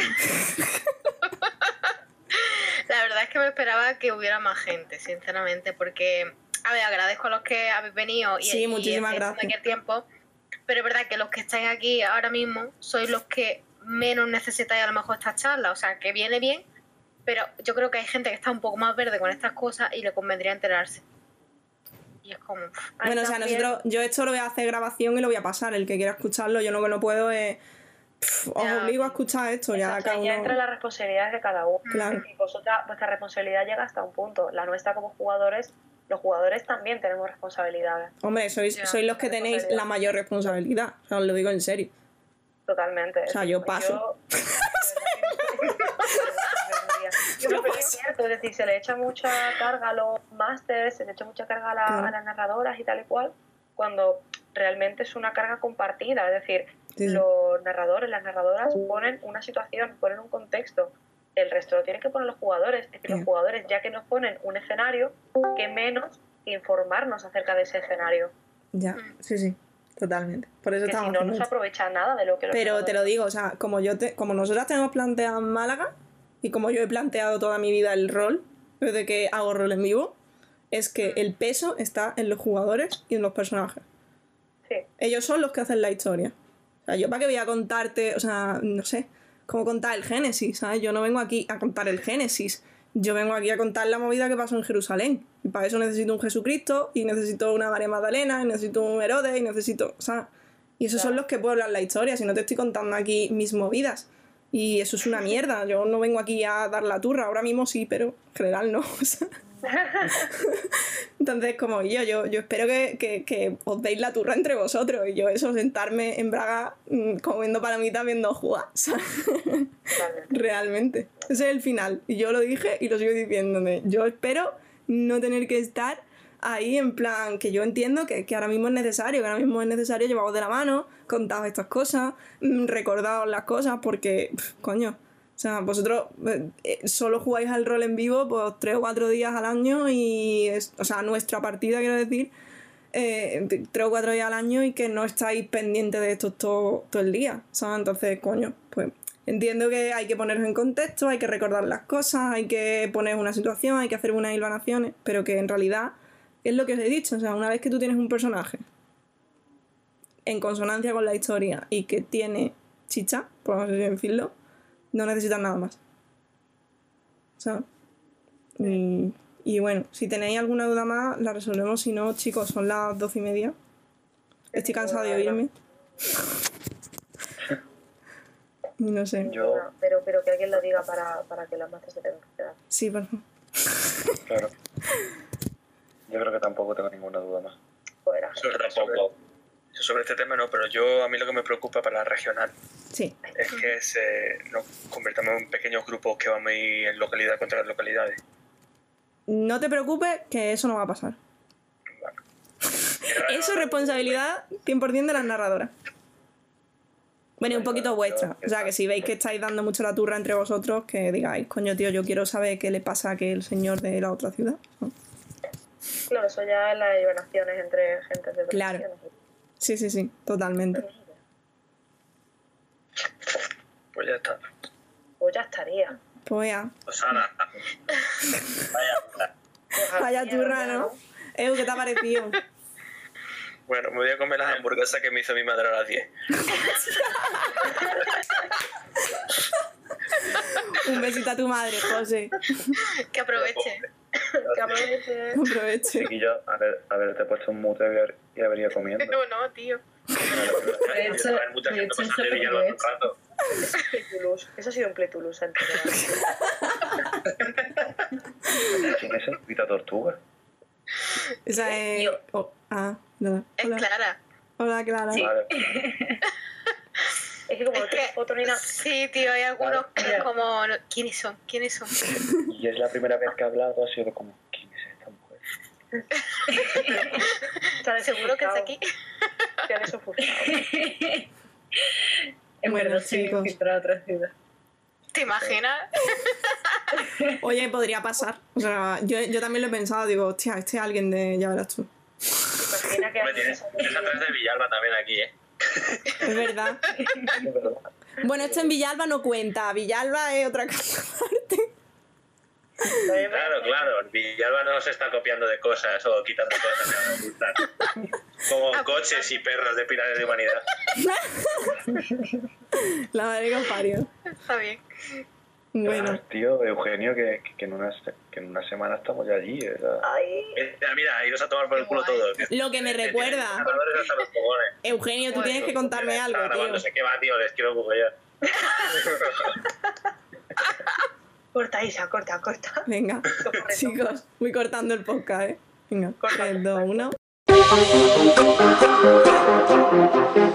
La verdad es que me esperaba que hubiera más gente, sinceramente, porque, a ver, agradezco a los que habéis venido y muchísimas estáis gracias. aquí el tiempo, pero es verdad que los que estáis aquí ahora mismo sois los que menos necesitáis a lo mejor esta charla, o sea, que viene bien, pero yo creo que hay gente que está un poco más verde con estas cosas y le convendría enterarse. Y es como... Bueno, o sea, yo esto lo voy a hacer grabación y lo voy a pasar, el que quiera escucharlo, yo lo que no puedo es... os obligo a escuchar esto, ya cada uno... Ya entra las responsabilidades de cada uno. Claro. Y vuestra responsabilidad llega hasta un punto. La nuestra como jugadores, los jugadores también tenemos responsabilidades. Hombre, sois los que tenéis la mayor responsabilidad, o sea, os lo digo en serio. Totalmente. O sea, yo paso. Pero es cierto, es decir, se le echa mucha carga a los másters, se le echa mucha carga a las narradoras y tal y cual, cuando realmente es una carga compartida. Es decir, los narradores, las narradoras ponen una situación, ponen un contexto, el resto lo tienen que poner los jugadores. Es decir, los jugadores, ya que nos ponen un escenario, que menos informarnos acerca de ese escenario. Ya, sí. Totalmente. Por eso Que si estamos no, no haciendo se esto. aprovecha nada de lo que los Pero te lo jugadores- digo, o sea, como nosotras tenemos planteado en Málaga, y como yo he planteado toda mi vida el rol, desde que hago rol en vivo, es que el peso está en los jugadores y en los personajes. Sí. Ellos son los que hacen la historia. O sea, yo para qué voy a contarte, o sea, no sé, cómo contar el Génesis, ¿sabes? Yo no vengo aquí a contar el Génesis. Yo vengo aquí a contar la movida que pasó en Jerusalén. Y para eso necesito un Jesucristo, y necesito una María Magdalena, y necesito un Herodes, y necesito, o sea, y esos son los que pueblan la historia, si no te estoy contando aquí mis movidas. Y eso es una mierda, yo no vengo aquí a dar la turra, ahora mismo sí, pero en general no. O sea. Entonces, como yo espero que os deis la turra entre vosotros, y yo eso, sentarme en Braga comiendo palomitas viendo jugar, ¿sabes? Vale. Realmente. Ese es el final. Y yo lo dije y lo sigo diciéndome. Yo espero no tener que estar ahí en plan, que yo entiendo que ahora mismo es necesario, llevaros de la mano, contaos estas cosas, recordaos las cosas, porque, coño, o sea, vosotros solo jugáis al rol en vivo pues 3 o 4 días al año y, o sea, nuestra partida, quiero decir, 3 o 4 días al año y que no estáis pendientes de esto todo el día, ¿sabes? Entonces, coño, pues entiendo que hay que poneros en contexto, hay que recordar las cosas, hay que poner una situación, hay que hacer unas hilvanaciones, pero que en realidad es lo que os he dicho, o sea, una vez que tú tienes un personaje en consonancia con la historia y que tiene chicha, por así decirlo, no necesitas nada más. ¿Sabes? Y bueno, si tenéis alguna duda más, la resolvemos. Si no, chicos, son las 12:30. Estoy cansada de oírme. Y no sé. Yo, Pero que alguien lo diga para que las mazas se tengan que quedar. Sí, por favor. claro. Yo creo que tampoco tengo ninguna duda más. Fuera. Tampoco. Sobre este tema no, pero a mí lo que me preocupa para la regional Sí. es que nos convertamos en pequeños grupos que vamos a ir en localidad contra las localidades. No te preocupes, que eso no va a pasar. Eso es responsabilidad 100% de las narradoras. Bueno, y un poquito vuestra. O sea, que si veis que estáis dando mucho la turra entre vosotros, que digáis, coño, tío, yo quiero saber qué le pasa a aquel señor de la otra ciudad, ¿no? Claro, eso ya es las hibernaciones entre gente de otras Claro. regiones. Sí, totalmente. Pues ya está. Pues ya estaría. Pues ya. Pues Ana, Vaya turra, ¿no? ¿Qué te ha parecido? bueno, me voy a comer las hamburguesas que me hizo mi madre a las 10. Un besito a tu madre, José. Que aproveche. Que aproveche. Aproveche. Y yo, haberte puesto un mute y haber ido comiendo. No, tío. De hecho, Hay mucha gente eso pasando es de lo Villalba que he todo el rato. Pletulus. Eso ha sido un pletulus antes de nada. ¿Quién es el Pita Tortuga? Esa es... Oh, no. Es Hola. Clara. Hola, Clara. Vale. Es que como no Es tienes que- foto ni nada. Sí, tío, hay algunos que es como... no, ¿Quiénes son? Y es la primera vez que he hablado, ha sido como, ¿quién es esta mujer? Seguro que está aquí. Se ha desofuscado. En Bueno, verdad se chicos. infiltró a otra ciudad. ¿Te imaginas? Oye, podría pasar. O sea, yo también lo he pensado. Digo, hostia, este es alguien de... Ya verás tú. Imagina que Hombre, alguien tienes atrás de Villalba también aquí, ¿eh? Es verdad. Es verdad. Bueno, esto en Villalba no cuenta. Villalba es otra cosa aparte. Claro. Villalba no se está copiando de cosas o quitando cosas que no nos gustan. Como coches y perros de Pilares de Humanidad. La madre que os parió. Está bien. Bueno, Tío, Eugenio, que en una semana estamos ya allí. O sea, Ay, Mira, iros a tomar por el culo Guay. todo. lo que me recuerda. Trabajadores hasta los cojones. Eugenio, tú tienes que contarme algo, Está grabando, tío. sé que va, tío, les quiero ya. corta, Isa, corta. Venga, chicos, voy cortando el podcast, ¿eh? Venga, Corta. 3, 2, 1.